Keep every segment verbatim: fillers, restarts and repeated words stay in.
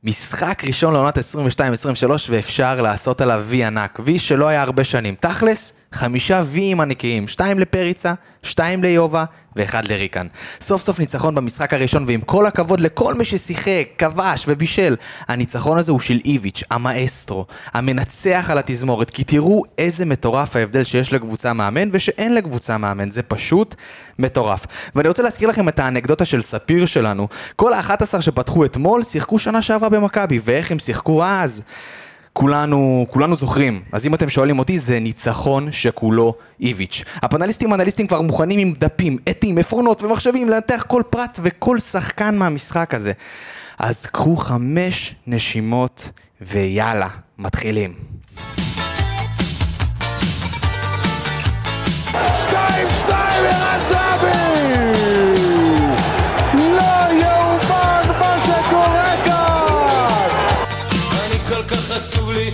משחק ראשון לעונת עשרים ושתיים עשרים ושלוש, ואפשר לעשות עליו וי ענק. וי שלא היה הרבה שנים. תכלס, חמישה ויים ענקיים. שתיים לפריצה, שתיים ליובה, ואחד לריקן. סוף סוף ניצחון במשחק הראשון, ועם כל הכבוד לכל מי ששיחק, כבש ובישל, הניצחון הזה הוא של איביץ', המאסטרו, המנצח על התזמורת, כי תראו איזה מטורף ההבדל שיש לקבוצה מאמן, ושאין לקבוצה מאמן, זה פשוט מטורף. ואני רוצה להזכיר לכם את האנקדוטה של ספיר שלנו. כל ה-אחת עשרה שפתחו אתמול, שיחקו שנה שעברה במכבי, ואיך הם שיחקו אז? כולנו, כולנו זוכרים. אז אם אתם שואלים אותי, זה ניצחון שכולו איביץ'. הפנליסטים והאנליסטים כבר מוכנים עם דפים, עטים, עפרונות ומחשבים לנתח כל פרט וכל שחקן מהמשחק הזה. אז קחו חמש נשימות ויאללה, מתחילים. שתיים, שתיים, ערן זהבי! לא יאומן מה שקורה כאן! אני כל כך עצוב לי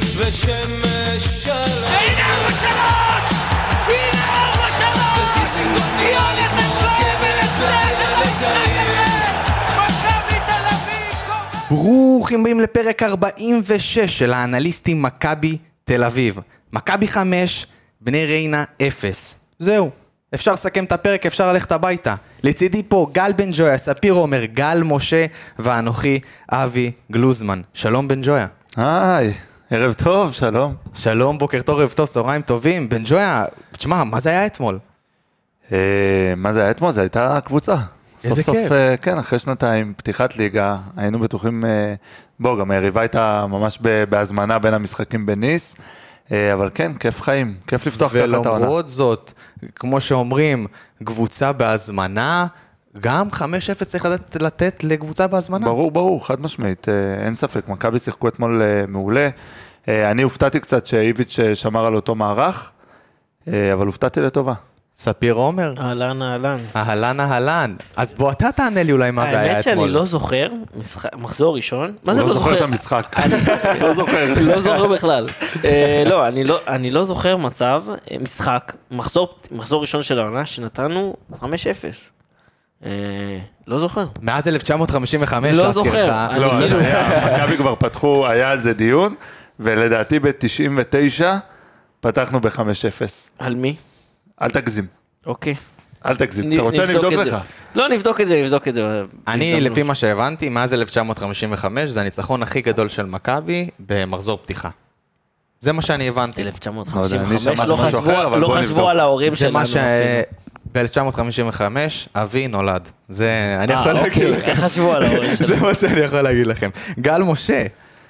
ושמש שלום. הנה ארבע שלוש! הנה ארבע שלוש! ודיסינגוף נראה לי כמו רכבת לילה לקריב. מכבי תל אביב! ברוכים הבאים לפרק ארבעים ושש של האנליסטים מכבי תל אביב. מכבי חמש, בני ריינה אפס. זהו, אפשר לסכם את הפרק, אפשר ללכת הביתה. לצידי פה גל בן ג'ויה, ספיר עומר, גל משה ואנוכי אבי גלוזמן. שלום בן ג'ויה. היי, ערב טוב, שלום. שלום, בוקר טוב, ערב טוב, צהריים טובים. בן ג'ויה, תשמע, מה זה היה אתמול? אה, מה זה היה אתמול? זה הייתה קבוצה. איזה סוף כיף. סוף, אה, כן, אחרי שנתיים, פתיחת ליגה, היינו בטוחים, אה, בוא, גם היריבה הייתה ממש ב- בהזמנה בין המשחקים בניס, אה, אבל כן, כיף חיים, כיף לפתוח ככה את העונה. ולמרות זאת, כמו שאומרים, קבוצה בהזמנה, גם חמש אפס צריך לתת, לתת לקבוצה בהזמנה. ברור, ברור, חד משמעית, אה, אין ספק, מכבי שיחקו אתמול אה, מעולה. אה, אני הופתעתי קצת שאיביץ' שמר על אותו מערך, אה, אבל הופתעתי לטובה. ספיר עומר. אהלן, אהלן. אהלן אהלן. אז בוא אתה תענה לי אולי מה זה היה האמת אתמול. שאני לא זוכר, משחק- מחזור ראשון. מה זה הוא לא לא זוכר את זוכר? המשחק. לא זוכר. לא זוכר בכלל. אה, לא, אני לא- אני לא זוכר מצב, אה, משחק, מחזור מחזור ראשון של העונה, שנתנו חמש אפס. אה, לא זוכר. מאז אלף תשע מאות חמישים וחמש, לא להזכירך. זוכר. אני לא, כאילו- אז היה, מכבי כבר פתחו, היה על זה דיון, ולדעתי ב-תשעים ותשע פתחנו ב-חמש אפס. על מי? אל תגזים, אוקיי. אל תגזים. נ- אתה רוצה נבדוק לבדוק את זה. לך? לא, נבדוק את זה, נבדוק את זה. אני, בהזדמנות. לפי מה שהבנתי, מאז אלף תשע מאות חמישים וחמש, זה הניצחון הכי גדול של מכבי במחזור פתיחה. זה מה שאני הבנתי. אלף תשע מאות לא יודע, חמישים אני וחמש, שמעתי לא משהו חשבו- אחר, אבל לא בוא חשבו נבדוק. על ההורים זה שלנו. מה ש... אפילו. ב-אלף תשע מאות חמישים וחמש, אבי נולד. זה... אני אה, יכול להגיד אוקיי, לכם. איך חשבו על ההורים שלנו? זה מה שאני יכול להגיד לכם. גל משה,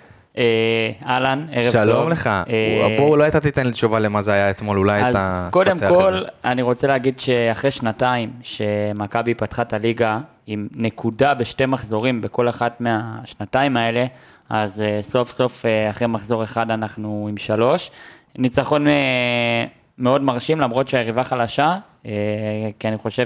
אה, אהלן, ערב טוב. שלום לך. אה, בואו, אולי אתה תיתן לי תשובה למה זה היה אתמול, אולי אז אתה קודם תפצח את כל, זה. אני רוצה להגיד שאחרי שנתיים שמכבי פתחה את הליגה עם נקודה בשתי מחזורים בכל אחת מהשנתיים האלה, אז אה, סוף סוף אה, אחרי מחזור אחד אנחנו עם שלוש. ניצחון אה, מאוד מרשים, למרות שהיריבה חלשה, אה, כי אני חושב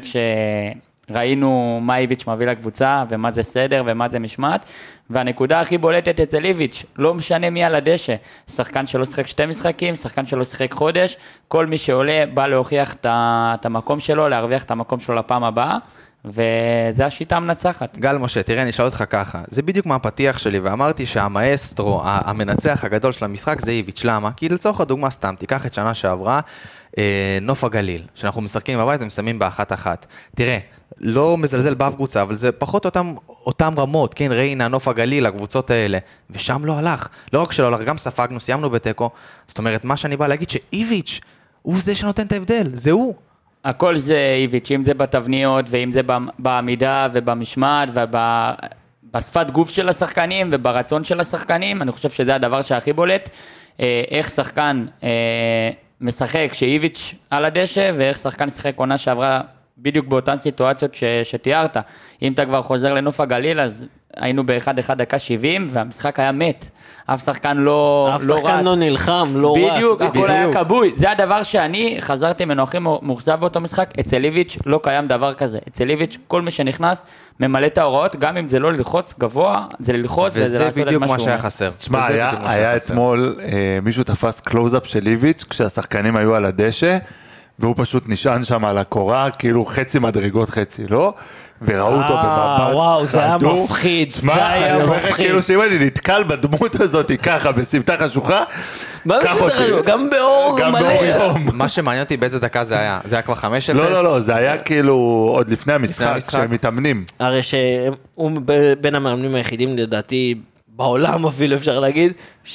שראינו מה איביץ' מביא לקבוצה, ומה זה סדר ומה זה משמעת, והנקודה הכי בולטת אצל איביץ', לא משנה מי על הדשא, שחקן שלא שיחק שתי משחקים, שחקן שלא שיחק חודש, כל מי שעולה בא להוכיח את ה- את המקום שלו, להרוויח את המקום שלו לפעם הבאה, וזה השיטה המנצחת. גל משה, תראה, אני אשאל אותך ככה, זה בדיוק מה הפתיח שלי, ואמרתי שהמאסטרו, ה- המנצח הגדול של המשחק זה איביץ', למה? כי לצורך הדוגמה סתם, תיקח את שנה שעברה, אה, נוף הגליל, שאנחנו משחקים בבית ומסיימים באחת אחת. תראה, לא מזלזל באף קבוצה, אבל זה פחות אותם, אותם רמות, כן, ריינה, נוף הגליל, הקבוצות האלה, ושם לא הלך, לא רק שלא הלך, גם ספגנו, סיימנו בטקו, זאת אומרת, מה שאני בא להגיד שאיביץ' הוא זה שנותן את ההבדל, זה הוא. הכל זה איביץ', אם זה בתבניות, ואם זה בעמידה ובמשמעת, ובשפת גוף של השחקנים, וברצון של השחקנים, אני חושב שזה הדבר שהכי בולט, אה, איך שחקן אה, משחק שאיביץ' על הדשא, ואיך שחקן שחק עונה שעברה בדיוק באותן סיטואציות ש, שתיארת. אם אתה כבר חוזר לנוף הגליל, אז היינו באחד אחד דקה שבעים, והמשחק היה מת. אף שחקן לא, אף לא רץ. שחקן לא נלחם, לא רץ. בדיוק, הכל היה בדיוק. כבוי. זה הדבר שאני חזרתי ממנו הכי מאוכזב באותו משחק. אצל איביץ' לא קיים דבר כזה. אצל איביץ' כל מי שנכנס ממלא את ההוראות, גם אם זה לא ללחוץ גבוה, זה ללחוץ וזה וזה לעשות את בדיוק מה מה שהוא שהיה אומר. חסר. תשמע, וזה היה, בדיוק מה היה שהיה חסר. אתמול, אה, מישהו תפס קלוז-אפ של איביץ' כשהשחקנים היו על הדשא, והוא פשוט נשען שם על הקורה, כאילו חצי מדרגות חצי, לא? וראו אותו במבט וואו, זה היה חדור. מפחיד, שמע, זה היה אני אומר לך, מפחיד. כאילו שאם אני נתקל בדמות הזאת ככה, בסמטה חשוכה, מה קח בסדר, אותי. גם באור גם מלא. באור יום. מה שמעניין אותי באיזה דקה זה היה, זה היה כבר חמש אפס? לא, לא, לא, זה היה כאילו עוד לפני המשחק, המשחק. שהם מתאמנים. הרי שהוא ב- בין המאמנים היחידים לדעתי בעולם אפילו אפשר להגיד,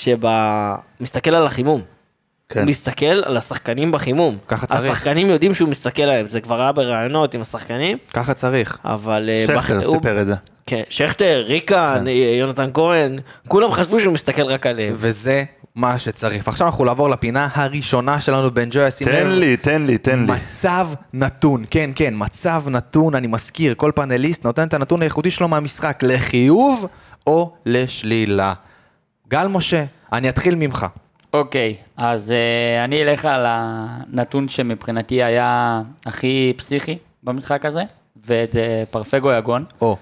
שמסתכל על החימום. כן. הוא מסתכל על השחקנים בחימום. ככה צריך. השחקנים יודעים שהוא מסתכל עליהם, זה כבר היה ברעיונות עם השחקנים, ככה צריך. אבל... אה, שכטר בח- הוא- סיפר את זה. כן, שכטר, ריקן, יונתן כהן, כולם חשבו שהוא מסתכל רק עליהם. וזה מה שצריך. ועכשיו אנחנו לעבור לפינה הראשונה שלנו בנג'וי, שים לב. תן לי, תן לי, תן לי. מצב נתון, כן, כן, מצב נתון, אני מזכיר, כל פאנליסט נותן את הנתון הייחודי שלו מהמשחק, לחיוב או לשלילה. גל משה, אני אתחיל ממך. אוקיי, אז uh, אני אלך על הנתון שמבחינתי היה הכי פסיכי במשחק הזה, וזה פרפגו יגון, או,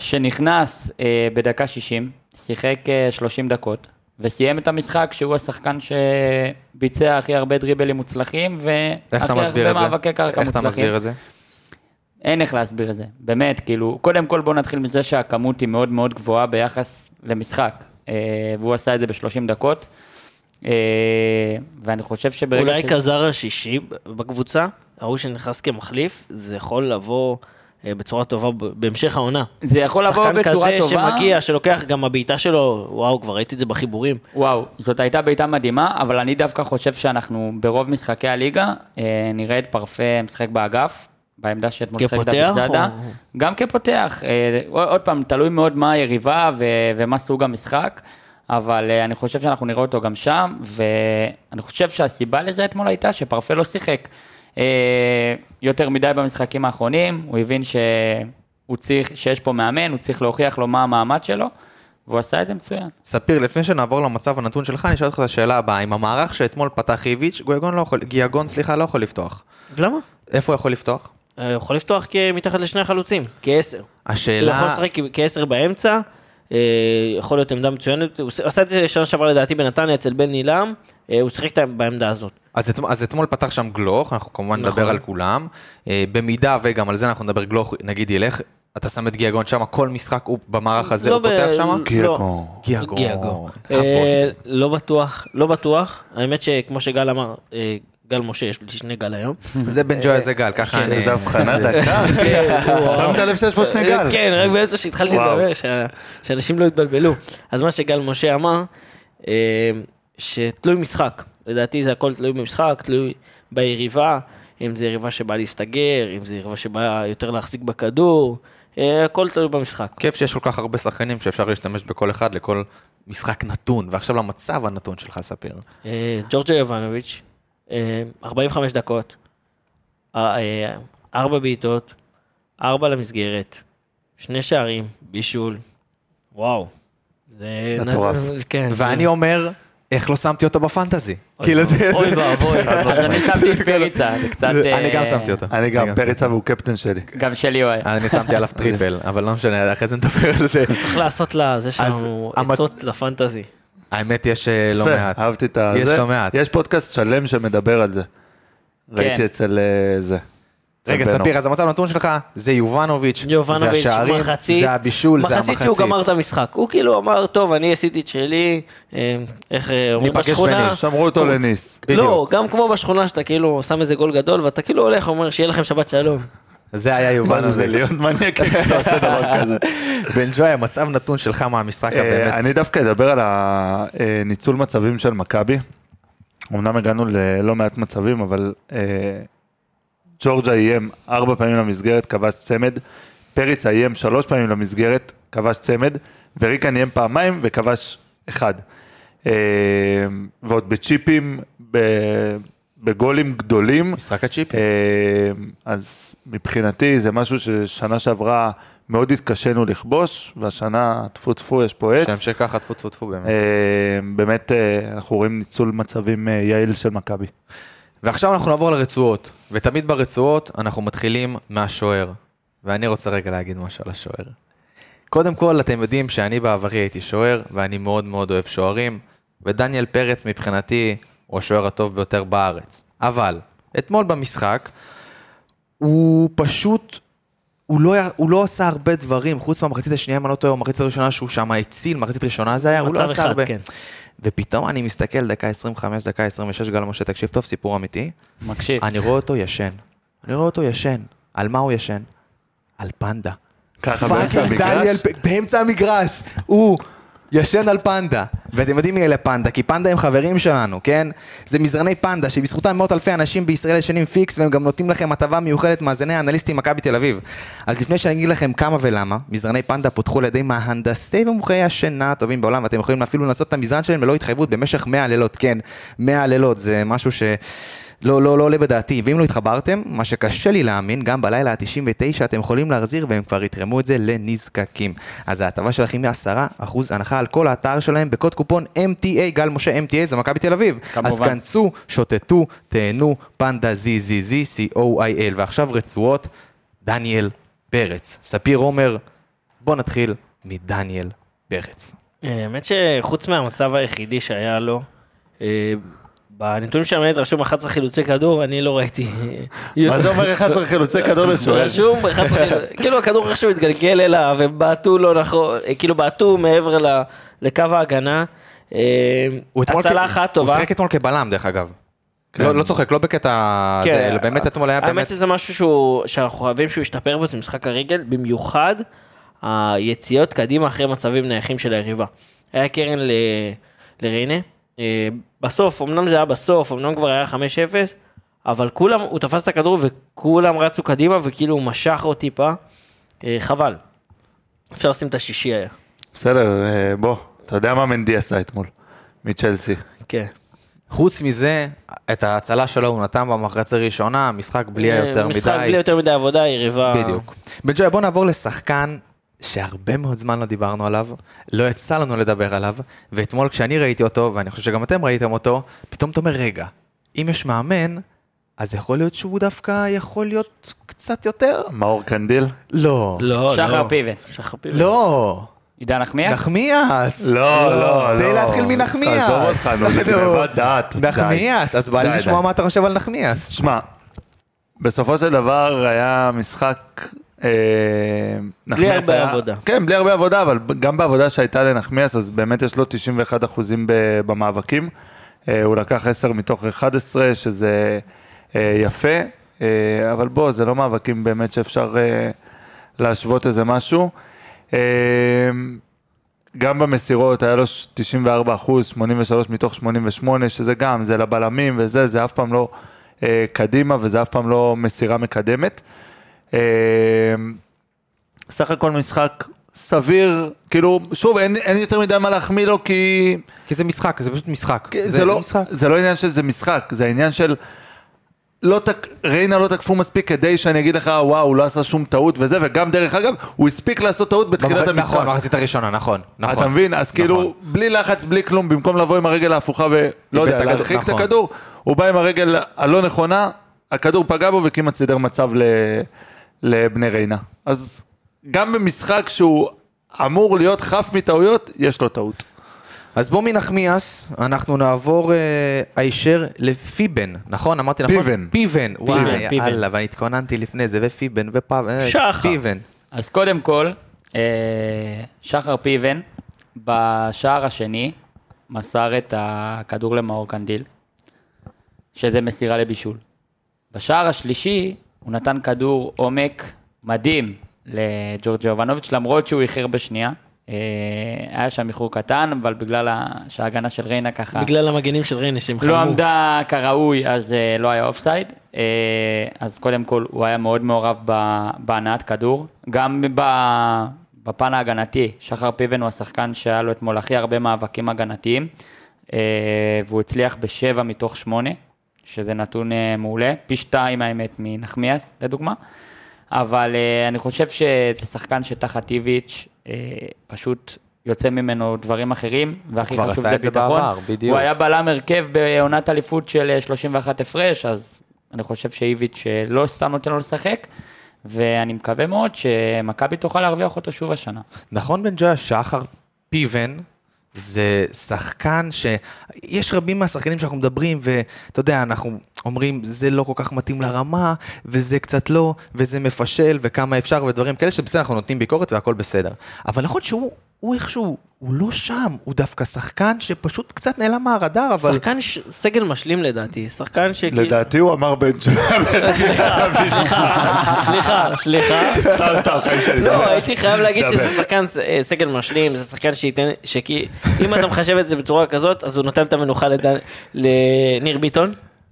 שנכנס uh, בדקה שישים, שיחק uh, שלושים דקות, וסיים את המשחק שהוא השחקן שביצע הכי הרבה דריבלים מוצלחים, איך אתה והכי מסביר הרבה את זה? מאבקי קרקע איך אתה מוצלחים. מסביר את זה? אין איך להסביר את זה, באמת, כאילו, קודם כל בוא נתחיל מזה שהכמות היא מאוד מאוד גבוהה ביחס למשחק, uh, והוא עשה את זה ב-שלושים דקות, uh, ואני חושב שברגע אולי ש... כזר השישי בקבוצה, ההוא שנכנס כמחליף, זה יכול לבוא אה, בצורה טובה ב- בהמשך העונה. זה יכול לבוא בצורה שחקן טובה. כזה שמגיע, שלוקח גם הבעיטה שלו, וואו, כבר ראיתי את זה בחיבורים. וואו, זאת הייתה בעיטה מדהימה, אבל אני דווקא חושב שאנחנו ברוב משחקי הליגה, אה, נראה את פרפה משחק באגף, בעמדה שאתמול משחק כפותח, דוד זאדה, או- גם כפותח, אה, עוד פעם, תלוי מאוד מה היריבה ו- ומה סוג המשחק, אבל אה, אני חושב שאנחנו נראה אותו גם שם, ואני חושב שהסיבה לזה אתמול הייתה שפרפה לא שיחק אה, יותר מדי במשחקים האחרונים, הוא הבין שהוא צריך, שיש פה מאמן, הוא צריך להוכיח לו מה המעמד שלו, והוא עשה את זה מצוין. ספיר, לפני שנעבור למצב הנתון שלך, אני אשאל אותך את השאלה הבאה, עם המערך שאתמול פתח איביץ', גיאגון לא יכול, גיאגון, סליחה, לא יכול לפתוח. למה? איפה הוא יכול לפתוח? אה, יכול לפתוח מתחת לשני החלוצים, כעשר. הוא יכול השאלה, לשחק כעשר באמצע, אה, יכול להיות עמדה מצוינת, הוא עשה את זה שנה שעברה לדעתי בנתניה אצל בן נילם, אה, הוא שיחק בעמדה הזאת. אז אתמול, אז אתמול פתח שם גלוך, אנחנו כמובן נכון. נדבר על כולם, אה, במידה וגם על זה אנחנו נדבר גלוך, נגיד ילך, אתה שם את גיאגון שם, כל משחק הוא במערך הזה, הוא לא ב- פותח שם? לא. גיאגון. גיאגון, גיאגון. הבוס. אה, לא בטוח, לא בטוח, האמת שכמו שגל אמר, אה, גל משה, יש לי שני גל היום. זה בן ג'וי, זה גל, ככה אני... איזה הבחנה דקה. שמת לב שיש פה שני גל. כן, רק באמצע שהתחלתי וואו. לדבר, שה- שאנשים לא יתבלבלו. אז מה שגל משה אמר, אה, שתלוי משחק. לדעתי זה הכל תלוי במשחק, תלוי ביריבה, אם זה יריבה שבאה להסתגר, אם זה יריבה שבאה יותר להחזיק בכדור, אה, הכל תלוי במשחק. כיף שיש כל כך הרבה שחקנים שאפשר להשתמש בכל אחד, לכל משחק נתון, ועכשיו למצב הנתון שלך, ספיר. אה, ג'ורג'ה יובנוביץ', אה, ארבעים וחמש דקות, אה, אה, ארבע בעיטות, ארבע למסגרת, שני שערים, בישול, וואו. זה... מטורף. זה- כן. ואני זה- אומר, איך לא שמתי אותו בפנטזי? אוי כאילו ואבוי, זה... אוי ואבוי. אז אני שמתי את פריצה, זה קצת... אני גם אה, שמתי אותו. אני גם, שמתי פריצה והוא קפטן שלי. גם שלי הוא היה. אני שמתי עליו טריפל, אבל לא משנה, אחרי זה נדבר על זה. צריך לעשות לזה שלנו המ- עצות לפנטזי. האמת יש אה, לא יפה, מעט. אהבתי את ה... יש זה. לא מעט. יש פודקאסט שלם שמדבר על זה. ראיתי אצל אה, זה. רגע, אצל בנו. ספיר, אז המצב הנתון שלך זה יובנוביץ', זה יובנוביץ', השערים, מחצית, זה הבישול, זה המחצית. מחצית שהוא גמר את המשחק. הוא כאילו אמר, טוב, אני עשיתי את שלי, אה, איך אה, אומרים ניפגש בשכונה. בניס. שמרו אותו לניס. לא, גם כמו בשכונה שאתה כאילו שם איזה גול גדול, ואתה כאילו הולך, אומר, שיהיה לכם שבת שלום. זה היה מה זה, זה יובנוביץ'. להיות מניאק כשאתה עושה דבר כזה. בן ג'וי, המצב נתון שלך מהמשחק אה, הבאמת. אני דווקא אדבר על הניצול מצבים של מכבי. אמנם הגענו ללא מעט מצבים, אבל אה, ג'ורג'ה איים ארבע פעמים למסגרת, כבש צמד. פריץ איים שלוש פעמים למסגרת, כבש צמד. וריקן איים פעמיים וכבש אחד. אה, ועוד בצ'יפים, ב- בגולים גדולים. משחק הצ'יפים. אה, אז מבחינתי זה משהו ששנה שעברה מאוד התקשינו לכבוש, והשנה טפו טפו יש פה עץ. שם שככה, טפו טפו טפו באמת. אה, באמת אה, אנחנו רואים ניצול מצבים אה, יעיל של מכבי. ועכשיו אנחנו נעבור לרצועות, ותמיד ברצועות אנחנו מתחילים מהשוער. ואני רוצה רגע להגיד משהו על השוער. קודם כל, אתם יודעים שאני בעברי הייתי שוער, ואני מאוד מאוד אוהב שוערים, ודניאל פרץ מבחינתי הוא השוער הטוב ביותר בארץ. אבל, אתמול במשחק, הוא פשוט, הוא לא, הוא לא עשה הרבה דברים, חוץ מהמחצית השנייה, מה לא טועה, המחצית הראשונה שהוא שם הציל, מחצית ראשונה זה היה, הוא לא עשה אחד, הרבה. כן. ופתאום אני מסתכל, דקה עשרים וחמש, דקה עשרים ושש, גל משה, תקשיב טוב, סיפור אמיתי. מקשיב. אני רואה אותו ישן. אני רואה אותו ישן. על מה הוא ישן? על פנדה. ככה באמצע פאקינג המגרש? דניאל, באמצע המגרש. הוא ישן על פנדה. ואתם יודעים מי אלה פנדה, כי פנדה הם חברים שלנו, כן? זה מזרני פנדה, שבזכותם מאות אלפי אנשים בישראל ישנים פיקס, והם גם נותנים לכם הטבה מיוחדת מאזני האנליסטים מכבי תל אביב. אז לפני שאני אגיד לכם כמה ולמה, מזרני פנדה פותחו על ידי מהנדסי ומומחי השינה הטובים בעולם, ואתם יכולים אפילו לנסות את המזרן שלהם ללא התחייבות במשך מאה לילות, כן, מאה לילות, זה משהו ש... לא, לא, לא עולה בדעתי, ואם לא התחברתם, מה שקשה לי להאמין, גם בלילה ה-תשעים ותשע אתם יכולים להחזיר, והם כבר יתרמו את זה לנזקקים. אז ההטבה שלכם היא עשרה אחוז הנחה על כל האתר שלהם, בקוד קופון אם טי איי, גל משה אם טי איי, זה מכבי תל אביב. כמובן. אז כנסו, שוטטו, תהנו, פנדה זי זי זי, סי או איי אל, ועכשיו רצועות, דניאל פרץ. ספיר עומר, בוא נתחיל מדניאל פרץ. האמת שחוץ מהמצב היחידי שהיה לו, בנתונים של המנהלת רשום אחת עשרה חילוצי כדור, אני לא ראיתי. מה זה אומר אחד עשרה חילוצי כדור לשוער? רשום אחת עשרה חילוצי, כאילו הכדור איכשהו התגלגל אליו, ובעטו לא נכון, כאילו בעטו מעבר ל- לקו ההגנה. הוא אתמול הצלה כ- אחת טובה. הוא שיחק אתמול כבלם, דרך אגב. לא לא צוחק, לא בקטע... כן. זה, באמת אתמול היה באמת... האמת שזה משהו שהוא- שאנחנו חייבים שהוא ישתפר בו, זה משחק הרגל, במיוחד היציאות קדימה אחרי מצבים נייחים של היריבה. היה קרן ל- לריינה, אה, בסוף, אמנם זה היה בסוף, אמנם כבר היה חמש אפס, אבל כולם, הוא תפס את הכדור וכולם רצו קדימה, וכאילו הוא משך עוד טיפה, אה, חבל. אפשר לשים את השישי היה. בסדר, אה, בוא, אתה יודע מה מנדי עשה אתמול, מצ'לסי. כן. חוץ מזה, את ההצלה שלו הוא נתן במחצית הראשונה, משחק בלי יותר מדי. משחק בלי יותר מדי עבודה, יריבה... בדיוק. בן-ג'וי, בוא נעבור לשחקן שהרבה מאוד זמן לא דיברנו עליו, לא יצא לנו לדבר עליו, ואתמול כשאני ראיתי אותו, ואני חושב שגם אתם ראיתם אותו, פתאום אתה אומר, רגע, אם יש מאמן, אז יכול להיות שהוא דווקא יכול להיות קצת יותר? מאור קנדיל? לא. לא, שחר לא. פיבן. שחר פיבן. לא. עידן נחמיאס? נחמיאס. לא, לא, לא. תן להתחיל מנחמיאס. תעזוב אותך, נו, לגנבת דעת. די. נחמיאס, אז בא לי די, לשמוע די. מה אתה חושב על נחמיאס. שמע, בסופו של דבר היה משחק... אה, נחמיאס הרבה היה- עבודה. כן, בלי הרבה עבודה, אבל גם בעבודה שהייתה לנחמיאס, אז באמת יש לו תשעים ואחד אחוזים ב- במאבקים. אה, הוא לקח עשר מתוך אחד עשרה, שזה אה, יפה, אה, אבל בוא, זה לא מאבקים באמת שאפשר אה, להשוות איזה משהו. אה, גם במסירות היה לו תשעים וארבעה אחוז, שמונים ושלוש מתוך שמונים ושמונה, שזה גם, זה לבלמים וזה, זה אף פעם לא אה, קדימה, וזה אף פעם לא מסירה מקדמת. אה, סך הכל משחק סביר, כאילו, שוב, אין, אין יותר מדי מה להחמיא לו, כי כי זה משחק, זה פשוט משחק. זה, לא, משחק. זה לא עניין של זה משחק, זה העניין של, לא תק, ריינה לא תקפו מספיק כדי שאני אגיד לך, וואו, הוא לא עשה שום טעות וזה, וגם דרך אגב, הוא הספיק לעשות טעות בתחילת המשחק. נכון, מחצית הראשונה, נכון. נכון. אתה מבין? אז כאילו, בלי לחץ, בלי כלום, במקום לבוא עם הרגל ההפוכה ולא איבד יודע, את הכדור, להרחיק את נכון. הכדור, הוא בא עם הרגל הלא נכונה, הכדור פגע בו וכמעט סידר מצב ל- לבני ריינה. אז גם במשחק שהוא אמור להיות חף מטעויות, יש לו טעות. אז בוא מנחמיאס, אנחנו נעבור אה, הישר לפיבן, נכון? אמרתי נכון? פיבן. פיבן. וואי, פיבן. יאללה, ואני התכוננתי לפני זה, ופיבן, ופאב... אה, שחר. פיבן. אז קודם כל, אה, שחר פיבן, בשער השני, מסר את הכדור למאור קנדיל, שזה מסירה לבישול. בשער השלישי, הוא נתן כדור עומק מדהים לג'ורג' יובנוביץ', למרות שהוא איחר בשנייה. אה, היה שם איחור קטן, אבל בגלל ה- שההגנה של ריינה ככה... בגלל המגנים של ריינה שהם חלמו. לא עמדה כראוי, אז uh, לא היה אופסייד. Uh, אז קודם כל, הוא היה מאוד מעורב ב- בהנעת כדור. גם ב- בפן ההגנתי, שחר פיבן הוא השחקן שהיה לו אתמול הכי הרבה מאבקים הגנתיים, uh, והוא הצליח בשבע מתוך שמונה, שזה נתון uh, מעולה, פי שתיים האמת מנחמיאס, לדוגמה. אבל uh, אני חושב שזה שחקן שתחת איביץ' uh, פשוט... יוצא ממנו דברים אחרים, והכי כבר חשוב עשה זה את זה ביטחון. בעבר, בדיוק. הוא היה בלם הרכב בעונת אליפות של שלושים ואחת הפרש, אז אני חושב שאיביץ' לא סתם נותן לו לשחק, ואני מקווה מאוד שמכבי תוכל להרוויח אותו שוב השנה. נכון בן ג'וי, שחר פיבן, זה שחקן שיש רבים מהשחקנים שאנחנו מדברים, ואתה יודע, אנחנו אומרים, זה לא כל כך מתאים לרמה, וזה קצת לא, וזה מפשל, וכמה אפשר, ודברים כאלה, שבסדר, אנחנו נותנים ביקורת והכל בסדר. אבל נכון שהוא, הוא איכשהו, הוא לא שם, הוא דווקא שחקן שפשוט קצת נעלם מהרדאר, אבל... שחקן ש... סגל משלים לדעתי, שחקן ש... לדעתי הוא אמר בן ג'ויה. סליחה, סליחה. סתם, סתם, חיים שלי. לא, הייתי חייב להגיד שזה שחקן סגל משלים, זה שחקן שייתן, אם אתה מחשב את זה בצורה כזאת, אז הוא נותן את המנוחה לניר ביטון.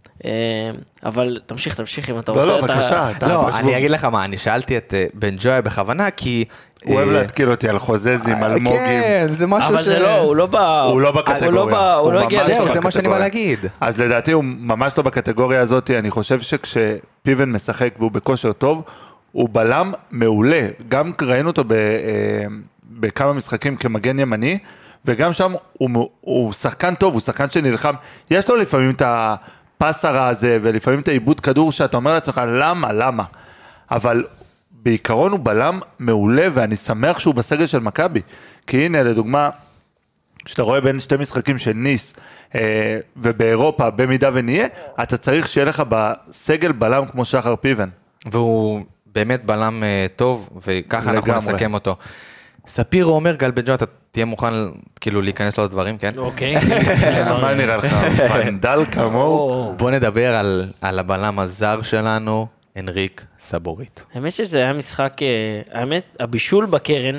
אבל תמשיך, תמשיך אם אתה רוצה. לא, לא, בבקשה. לא, אני אגיד לך מה, אני שאלתי את בן ג'ויה בכוונה, כי... הוא אוהב להתקיל אותי על חוזזים, על מוגים. כן, זה משהו ש... אבל זה לא, הוא לא בא... הוא לא בקטגוריה. הוא לא הגיע זהו, זה מה שאני בא להגיד. אז לדעתי הוא ממש לא בקטגוריה הזאת, אני חושב שכשפיבן משחק והוא בכושר טוב, הוא בלם מעולה. גם ראינו אותו בכמה משחקים כמגן ימני, וגם שם הוא שחקן טוב, הוא שחקן שנלחם. יש לו לפעמים את הפס הרע הזה, ולפעמים את העיבוד כדור שאתה אומר לעצמך, למה, למה? אבל בעיקרון הוא בלם מעולה, ואני שמח שהוא בסגל של מכבי. כי הנה, לדוגמה, כשאתה רואה בין שתי משחקים של ניס, אה, ובאירופה, במידה ונהיה, אתה צריך שיהיה לך בסגל בלם כמו שחר פיבן. והוא באמת בלם אה, טוב, וככה אנחנו נסכם אותו. ספירו אומר, גל בן ג'ויה, אתה תהיה מוכן כאילו להיכנס לו לדברים, כן? אוקיי. מה נראה לך? פנדל כמוהו? בוא נדבר על, על הבלם הזר שלנו, אנריק סבורית. האמת שזה היה משחק, האמת, הבישול בקרן,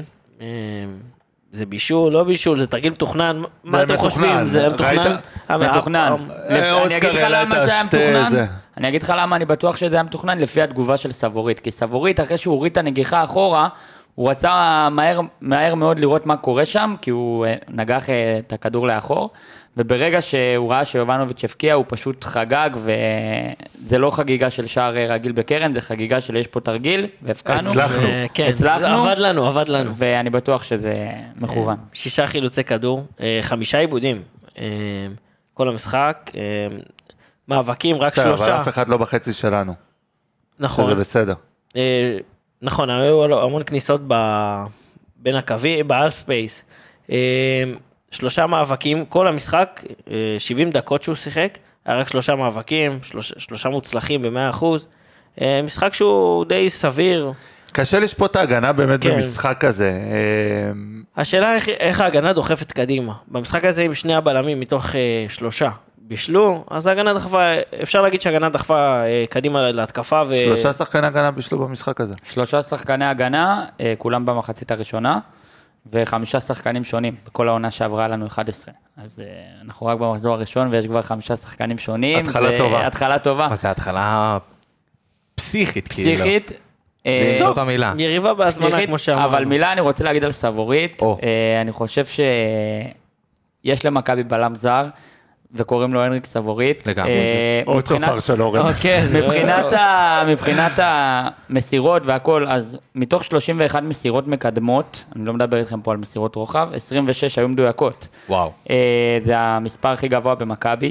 זה בישול, לא בישול, זה תרגיל מתוכנן, מה אתם חושבים? זה מתוכנן? מתוכנן. אני אגיד לך למה זה היה מתוכנן? אני אגיד לך למה אני בטוח שזה היה מתוכנן לפי התגובה של סבורית, כי סבורית אחרי שהוא הוריד את הנגיחה אחורה, הוא רצה מהר, מהר מאוד לראות מה קורה שם, כי הוא נגח את הכדור לאחור, וברגע שהוא ראה שיובנוביץ' הפקיע, הוא פשוט חגג, וזה לא חגיגה של שער רגיל בקרן, זה חגיגה של יש פה תרגיל, והפקענו. הצלחנו. כן, הצלחנו. עבד לנו, עבד לנו. ואני בטוח שזה מכוון. שישה חילוצי כדור, חמישה עיבודים, כל המשחק, מאבקים, רק שלושה. אבל אף אחד לא בחצי שלנו. נכון. שזה בסדר. נכון, היו המון כניסות בין הקווים, באלספייס. שלושה מאבקים, כל המשחק, שבעים דקות שהוא שיחק, היה רק שלושה מאבקים, שלוש, שלושה מוצלחים ב-מאה אחוז. משחק שהוא די סביר. קשה לשפוט את ההגנה באמת כן. במשחק הזה. השאלה איך, איך ההגנה דוחפת קדימה. במשחק הזה עם שני הבלמים מתוך שלושה בישלו, אז ההגנה דחפה, אפשר להגיד שההגנה דחפה קדימה להתקפה. ו... שלושה שחקני הגנה בישלו במשחק הזה. שלושה שחקני הגנה, כולם במחצית הראשונה, וחמישה שחקנים שונים, בכל העונה שעברה לנו אחת עשרה. אז אנחנו רק במחזור הראשון, ויש כבר חמישה שחקנים שונים. התחלה טובה. התחלה טובה. אז זה התחלה פסיכית, כאילו. פסיכית. זה ימצוא את המילה. יריבה בהזמנה, כמו שאמרנו. אבל מילה אני רוצה להגיד על סבורית. אני חושב שיש למכבי בלם זר, וקוראים לו אנריק סבורית. לגמרי. עוד שופר של אורן. כן, מבחינת המסירות והכל, אז מתוך שלושים ואחת מסירות מקדמות, אני לא מדבר איתכם פה על מסירות רוחב, עשרים ושש היו מדויקות. וואו. זה המספר הכי גבוה במכבי,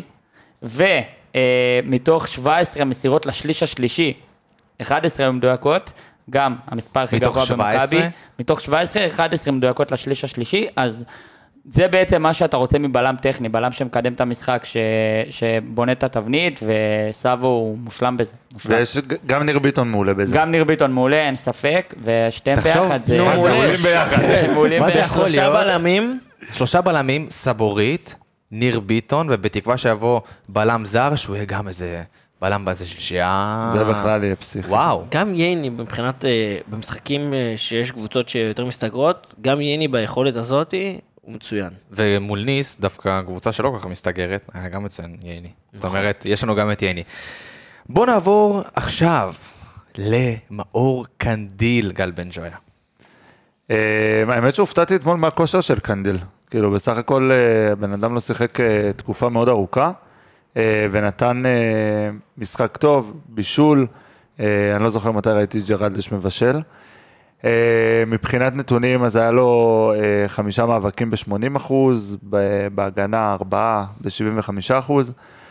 ומתוך שבע עשרה מסירות לשליש השלישי, אחת עשרה היו מדויקות, גם המספר הכי גבוה במכבי. מתוך שבע עשרה, אחת עשרה מדויקות לשליש השלישי, אז זה בעצם מה שאתה רוצה מבלם טכני, בלם שמקדם את המשחק, ש... שבונה את התבנית, וסאבו הוא מושלם בזה. מושלם. ויש גם ניר ביטון מעולה בזה. גם ניר ביטון מעולה, אין ספק, ושתיהם ביחד זה... נו, מעולים ביחד. מה זה יכול שלושה להיות? בלמים. שלושה בלמים, סבורית, ניר ביטון, ובתקווה שיבוא בלם זר, שהוא יהיה גם איזה בלם באיזה שלישייה. זה בכלל יהיה פסיכי. וואו. גם ייני, מבחינת, במשחקים שיש קבוצות שיותר מסתגרות, גם ייני ביכולת הזאת, הוא מצוין. ומול ניס, דווקא קבוצה שלא כל כך מסתגרת, היה גם מצוין, ייני. זאת אומרת, יש לנו גם את ייני. בוא נעבור עכשיו למאור קנדיל, גל בן ג'ויה. האמת שהופתעתי אתמול מהכושר של קנדיל. כאילו, בסך הכל, בן אדם לא שיחק תקופה מאוד ארוכה, ונתן משחק טוב, בישול, אני לא זוכר מתי ראיתי ג'רלדש מבשל, מבחינת נתונים, אז היה לו חמישה מאבקים ב-שמונים אחוז, בהגנה ארבעה ב-שבעים וחמישה אחוז.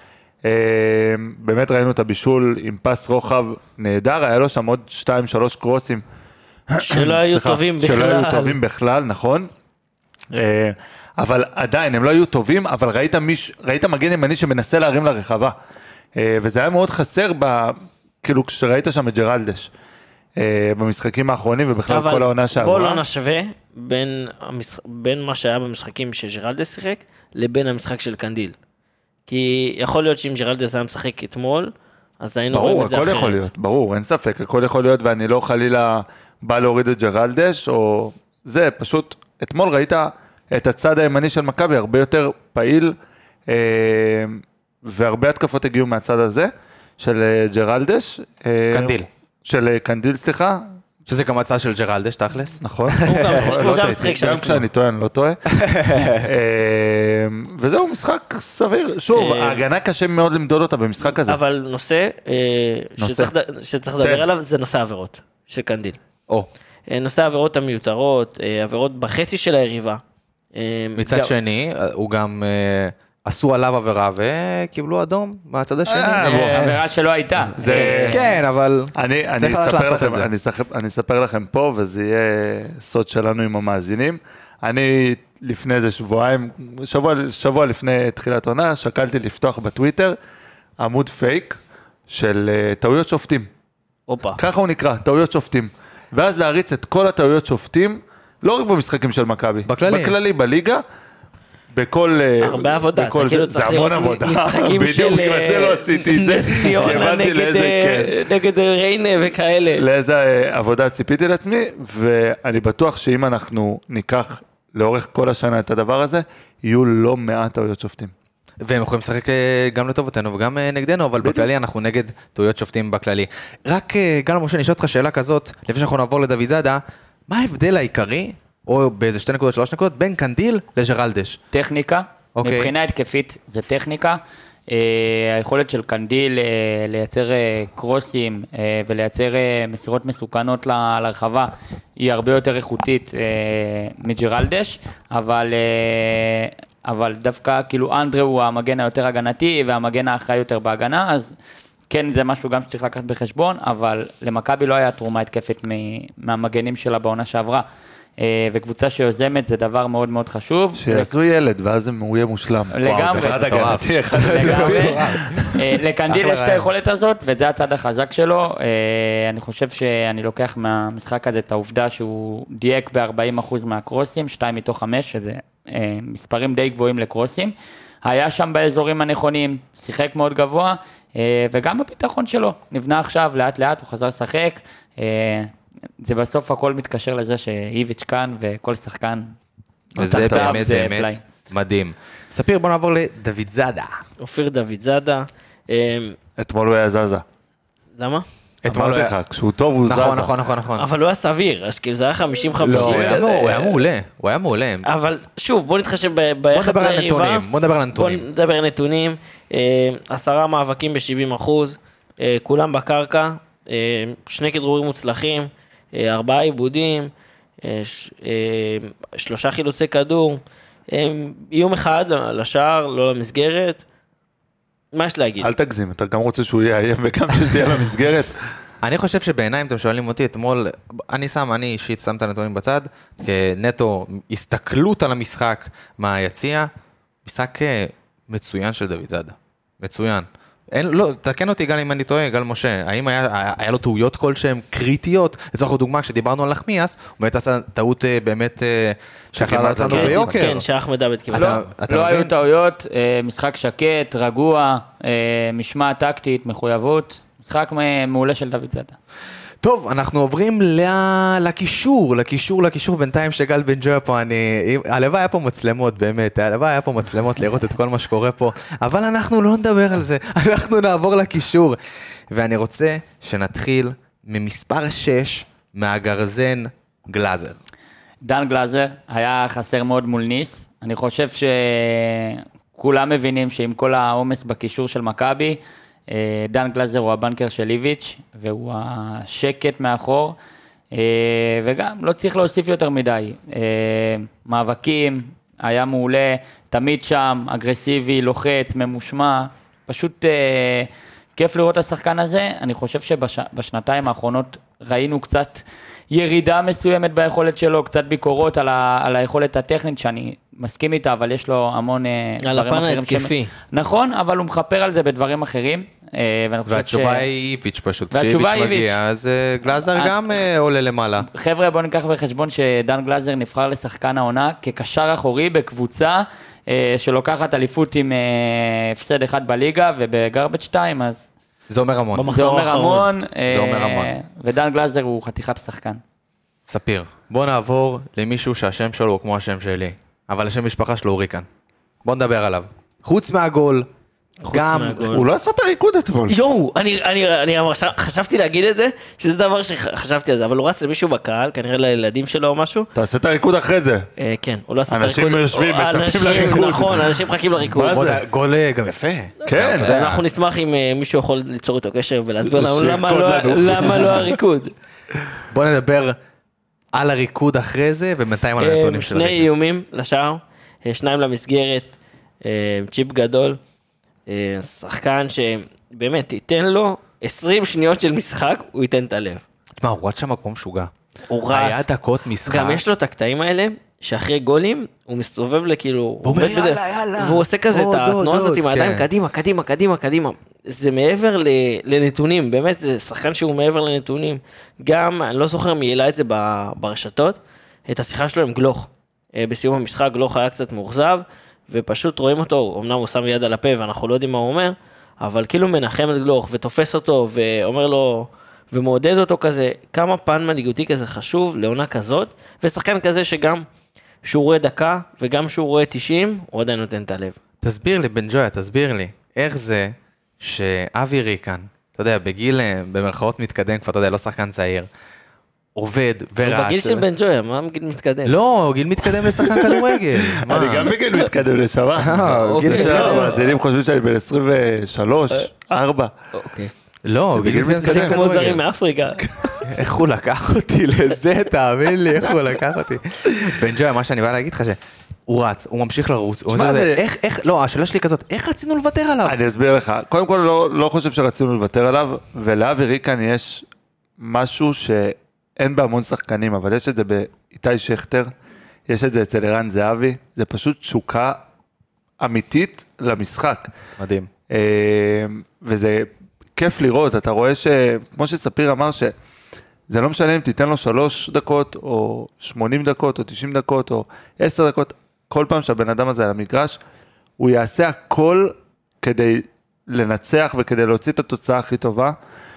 באמת ראינו את הבישול עם פס רוחב נהדר, היה לו שם עוד שתיים שלוש קרוסים. שלא היו טובים בכלל. שלא היו טובים בכלל, נכון. אבל עדיין, הם לא היו טובים, אבל ראית, מיש, ראית מגן ימני שמנסה להרים לרחבה. וזה היה מאוד חסר, ב, כאילו כשראית שם את ג'רלדש, במשחקים האחרונים, ובכלל כל העונה שעברה. בוא לא נשווה בין, המשח... בין מה שהיה במשחקים שג'רלדש שיחק, לבין המשחק של קנדיל. כי יכול להיות שאם ג'רלדש היה משחק אתמול, אז היינו רואים את זה אחרת. ברור, הכל יכול להיות, ברור, אין ספק, הכל יכול להיות, ואני לא חלילה בא להוריד את ג'רלדש, או זה, פשוט, אתמול ראית את הצד הימני של מכבי, הרבה יותר פעיל, והרבה התקפות הגיעו מהצד הזה, של ג'רלדש. קנדיל. של קנדיל, סליחה. שזה גם הצד של ג'רלדש, תכלס. נכון. הוא גם משחק שם. גם כשאני טועה, אני לא טועה. וזהו, משחק סביר. שוב, ההגנה קשה מאוד למדוד אותה במשחק הזה. אבל נושא שצריך לדבר עליו, זה נושא העבירות של קנדיל. או. נושא העבירות המיותרות, עבירות בחצי של היריבה. מצד שני, הוא גם עשו עליו עבירה וקיבלו אדום מהצד השני. עבירה שלא הייתה. כן, אבל צריך לעשות את זה. אני אספר לכם פה, וזה יהיה סוד שלנו עם המאזינים. אני לפני איזה שבועיים, שבוע לפני תחילת עונה, שקלתי לפתוח בטוויטר עמוד פייק של טעויות שופטים. ככה הוא נקרא, טעויות שופטים. ואז להריץ את כל הטעויות שופטים, לא רק במשחקים של מכבי, בכללי, בליגה, בכל... הרבה עבודה, בכל, זה, זה המון עבודה. משחקים של... בדיוק, בגלל זה לא עשיתי את זה. נס ציונה נגד ריינה וכאלה. לאיזה עבודה ציפיתי לעצמי, ואני בטוח שאם אנחנו ניקח לאורך כל השנה את הדבר הזה, יהיו לא מעט טעויות שופטים. והם יכולים לשחק גם לטובתנו וגם נגדנו, אבל בכללי אנחנו נגד טעויות שופטים בכללי. רק גל משה, נשאל אותך שאלה כזאת, לפני שאנחנו נעבור לדוד זאדה, מה ההבדל העיקרי, או באיזה שתי נקודות, שלוש נקודות, בין קנדיל לג'רלדש? טכניקה, מבחינה התקפית זה טכניקה, היכולת של קנדיל לייצר קרוסים ולייצר מסירות מסוכנות לרחבה, היא הרבה יותר איכותית מג'רלדש, אבל... אבל דווקא כאילו אנדרה הוא המגן היותר הגנתי, והמגן האחראי יותר בהגנה, אז כן, זה משהו גם שצריך לקחת בחשבון, אבל למכבי לא היה תרומה התקפת מהמגנים שלה בעונה שעברה, וקבוצה שיוזמת זה דבר מאוד מאוד חשוב. שיעשו ילד, ואז הוא יהיה מושלם. לגמרי. זה אחד הגנתי, אחד לגמרי. לקנדיל יש את היכולת הזאת, וזה הצד החזק שלו. אני חושב שאני לוקח מהמשחק הזה את העובדה שהוא דייק ב-ארבעים אחוז מהקרוסים, שתיים מתוך חמש, שזה מספרים די גבוהים לקרוסים. היה שם באזורים הנכונים, שיחק מאוד גבוה, וגם בביטחון שלו. נבנה עכשיו, לאט לאט, הוא חזר לשחק. זה בסוף הכל מתקשר לזה שאיביץ' כאן וכל שחקן. וזה באמת באמת מדהים. ספיר, בוא נעבור לדוד זאדה. אופיר דוד זאדה. אתמול הוא היה זזה. למה? אמרתי לך, כשהוא טוב הוא זזה. נכון, נכון, נכון, נכון. אבל הוא היה סביר, אז כאילו זה היה חמישים חמישים. לא, הוא היה מעולה, הוא היה מעולה. אבל שוב, בוא נתחשב ביחס ליריבה. בוא נדבר על הנתונים. בוא נדבר על נתונים. עשרה מאבקים ב-שבעים אחוז, כולם בקרקע, שני כדרורים מוצלחים, ארבעה עיבודים, שלושה חילוצי כדור, איום אחד לשער, לא למסגרת. מה יש להגיד? אל תגזים, אתה גם רוצה שהוא יאיים וגם שזה יהיה למסגרת. אני חושב שבעיניים, אתם שואלים אותי אתמול, אני שם, אני אישית שם את הנתונים בצד, כנטו הסתכלות על המשחק מהיציע, משחק מצוין של דוד זאדה. מצוין. אין, לא, תקן אותי גל אם אני טועה, גל משה, האם היה, היה לו טעויות כלשהם קריטיות? לצורך הדוגמה, כשדיברנו על לחמיאס, הוא באמת עשה טעות באמת שיכלה לעלות לנו ביוקר. כן, שאחמד דוד קיבל. לא היו טעויות, משחק שקט, רגוע, משמעת טקטית, מחויבות, משחק מעולה של דוד זאדה. טוב, אנחנו עוברים לקישור, לקישור, לקישור, בינתיים שגל בן ג'ויה פה, אני, הלוואי היה פה מצלמות, באמת, הלוואי היה פה מצלמות לראות את כל מה שקורה פה, אבל אנחנו לא נדבר על זה, אנחנו נעבור לקישור, ואני רוצה שנתחיל ממספר שש, מהגרזן גלאזר. דן גלאזר היה חסר מאוד מול ניס, אני חושב שכולם מבינים שעם כל העומס בקישור של מכבי, דן גלאזר הוא הבנקר של איביץ' והוא השקט מאחור, וגם לא צריך להוסיף יותר מדי. מאבקים, היה מעולה, תמיד שם, אגרסיבי, לוחץ, ממושמע, פשוט כיף לראות את השחקן הזה. אני חושב שבשנתיים האחרונות ראינו קצת ירידה מסוימת ביכולת שלו, קצת ביקורות על, ה, על היכולת הטכנית, שאני מסכים איתה, אבל יש לו המון על הפן ההתקפי. נכון, אבל הוא מחפר על זה בדברים אחרים. והתשובה היא איביץ' פשוט. כשאיביץ' מגיע, אז גלאזר גם עולה למעלה. חבר'ה, בואו ניקח בחשבון שדן גלאזר נבחר לשחקן העונה כקשר אחורי בקבוצה שלוקחת אליפות עם הפסד אחד בליגה ובגרבג' שתיים, אז... זה אומר המון. זה אומר המון. זה אומר המון. ודן גלאזר הוא חתיכת השחקן. ספיר, בוא נעבור למישהו שהשם שלו הוא כמו השם שלי, אבל השם משפחה שלו הוא ריקן. בוא נדבר עליו. חוץ מהגול, גם... הוא לא עשה את הריקוד אתמול. יואו, אני חשבתי להגיד את זה, שזה דבר שחשבתי על זה, אבל הוא רץ למישהו בקהל, כנראה לילדים שלו או משהו. תעשה את הריקוד אחרי זה. כן, הוא לא עשה את הריקוד. אנשים יושבים, מצפים לריקוד. נכון, אנשים מחכים לריקוד. גול גם יפה. כן. אנחנו נשמח אם מישהו יכול ליצור איתו קשר ולהסביר לנו למה לא הריקוד. בוא נדבר על הריקוד אחרי זה, ובינתיים על הנתונים של הריקוד. שני איומים לשער, שניים למסגרת, צ'יפ גדול, שחקן שבאמת ייתן לו עשרים שניות של משחק, הוא ייתן את הלב. תשמע, הוא רץ שם מקום משוגע. הוא רץ. היה דקות משחק. גם יש לו את הקטעים האלה, שאחרי גולים, הוא מסתובב לכאילו... הוא אומר יאללה, יאללה. והוא עושה כזה את התנועה הזאת עם הידיים, קדימה, קדימה, קדימה, קדימה. זה מעבר לנתונים, באמת זה שחקן שהוא מעבר לנתונים. גם, אני לא זוכר מי העלה את זה ברשתות, את השיחה שלו עם גלוך. בסיום המשחק גלוך היה קצת מאוכזב, ופשוט רואים אותו, אמנם הוא שם יד על הפה ואנחנו לא יודעים מה הוא אומר, אבל כאילו מנחם את גלוך ותופס אותו ואומר לו, ומעודד אותו כזה, כמה פן מנהיגותי כזה חשוב לעונה כזאת, ושחקן כזה שגם שהוא רואה דקה וגם שהוא רואה תשעים, הוא עדיין נותן את הלב. תסביר לי בן ג'ויה, תסביר לי, איך זה שאבי ריקן, אתה יודע, בגיל, במרכאות מתקדם, כבר אתה יודע, לא שחקן צעיר, עובד ורץ. בגיל של בן ג'ויה, מה גיל מתקדם? לא, גיל מתקדם לשחקן כדורגל. אני גם בגיל מתקדם לשמה. גיל מתקדם. המאזינים חושבים שאני בן עשרים ושלוש, ארבע. אוקיי. לא, גיל מתקדם זה כמו זרים מאפריקה. איך הוא לקח אותי לזה, תאמין לי, איך הוא לקח אותי. בן ג'ויה, מה שאני בא להגיד לך שהוא רץ, הוא ממשיך לרוץ. איך, לא, השאלה שלי כזאת, איך רצינו לוותר עליו? אני אסביר לך. קודם כל, לא חושב שרצינו לוותר עליו, ולאבי ריקן יש משהו ש... אין בהמון שחקנים, אבל יש את זה באיתי שכטר, יש את זה אצל ערן זהבי, זה פשוט תשוקה אמיתית למשחק. מדהים. וזה כיף לראות, אתה רואה שכמו שספיר אמר שזה לא משנה אם תיתן לו שלוש דקות, או שמונים דקות, או תשעים דקות, או עשר דקות, כל פעם שהבן אדם הזה על המגרש, הוא יעשה הכל כדי לנצח וכדי להוציא את התוצאה הכי טובה.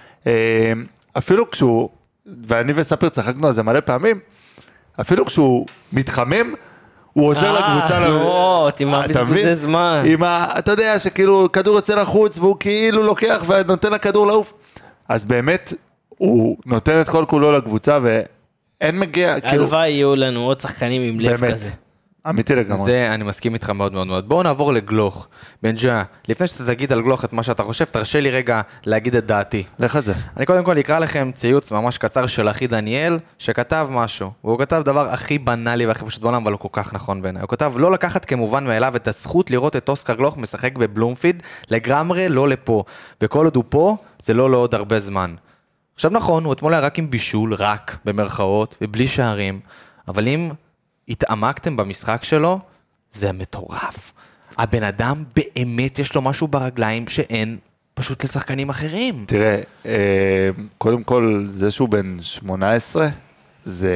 אפילו כשהוא... ואני וספיר צחקנו על זה מלא פעמים, אפילו כשהוא מתחמם, הוא עוזר לקבוצה... אה, לא, תימא בזבוזי זמן. אתה יודע שכאילו כדור יוצא לחוץ, והוא כאילו לוקח ונותן לכדור לעוף, אז באמת הוא נותן את כל כולו לקבוצה, ואין מגיע... הלוואי יהיו לנו עוד שחקנים עם לב כזה. אמיתי לגמרי. זה, אני מסכים איתך מאוד מאוד מאוד. בואו נעבור לגלוך. בן ג'ויה, לפני שאתה תגיד על גלוך את מה שאתה חושב, תרשה לי רגע להגיד את דעתי. לך זה. אני קודם כל אקרא לכם ציוץ ממש קצר של אחי דניאל, שכתב משהו. והוא כתב דבר הכי בנאלי והכי פשוט בעולם, אבל הוא כל כך נכון בעיניי. הוא כתב, לא לקחת כמובן מאליו את הזכות לראות את אוסקר גלוך משחק בבלומפיד, לגמרי לא לפה. וכל עוד הוא פה, זה לא לעוד הרבה זמן. עכשיו נכון, הוא אתמול היה רק עם בישול, רק במרכאות, ובלי שערים. אבל אם התעמקתם במשחק שלו, זה מטורף. הבן אדם באמת יש לו משהו ברגליים שאין פשוט לשחקנים אחרים. תראה, קודם כל זה שהוא בן שמונה עשרה, זה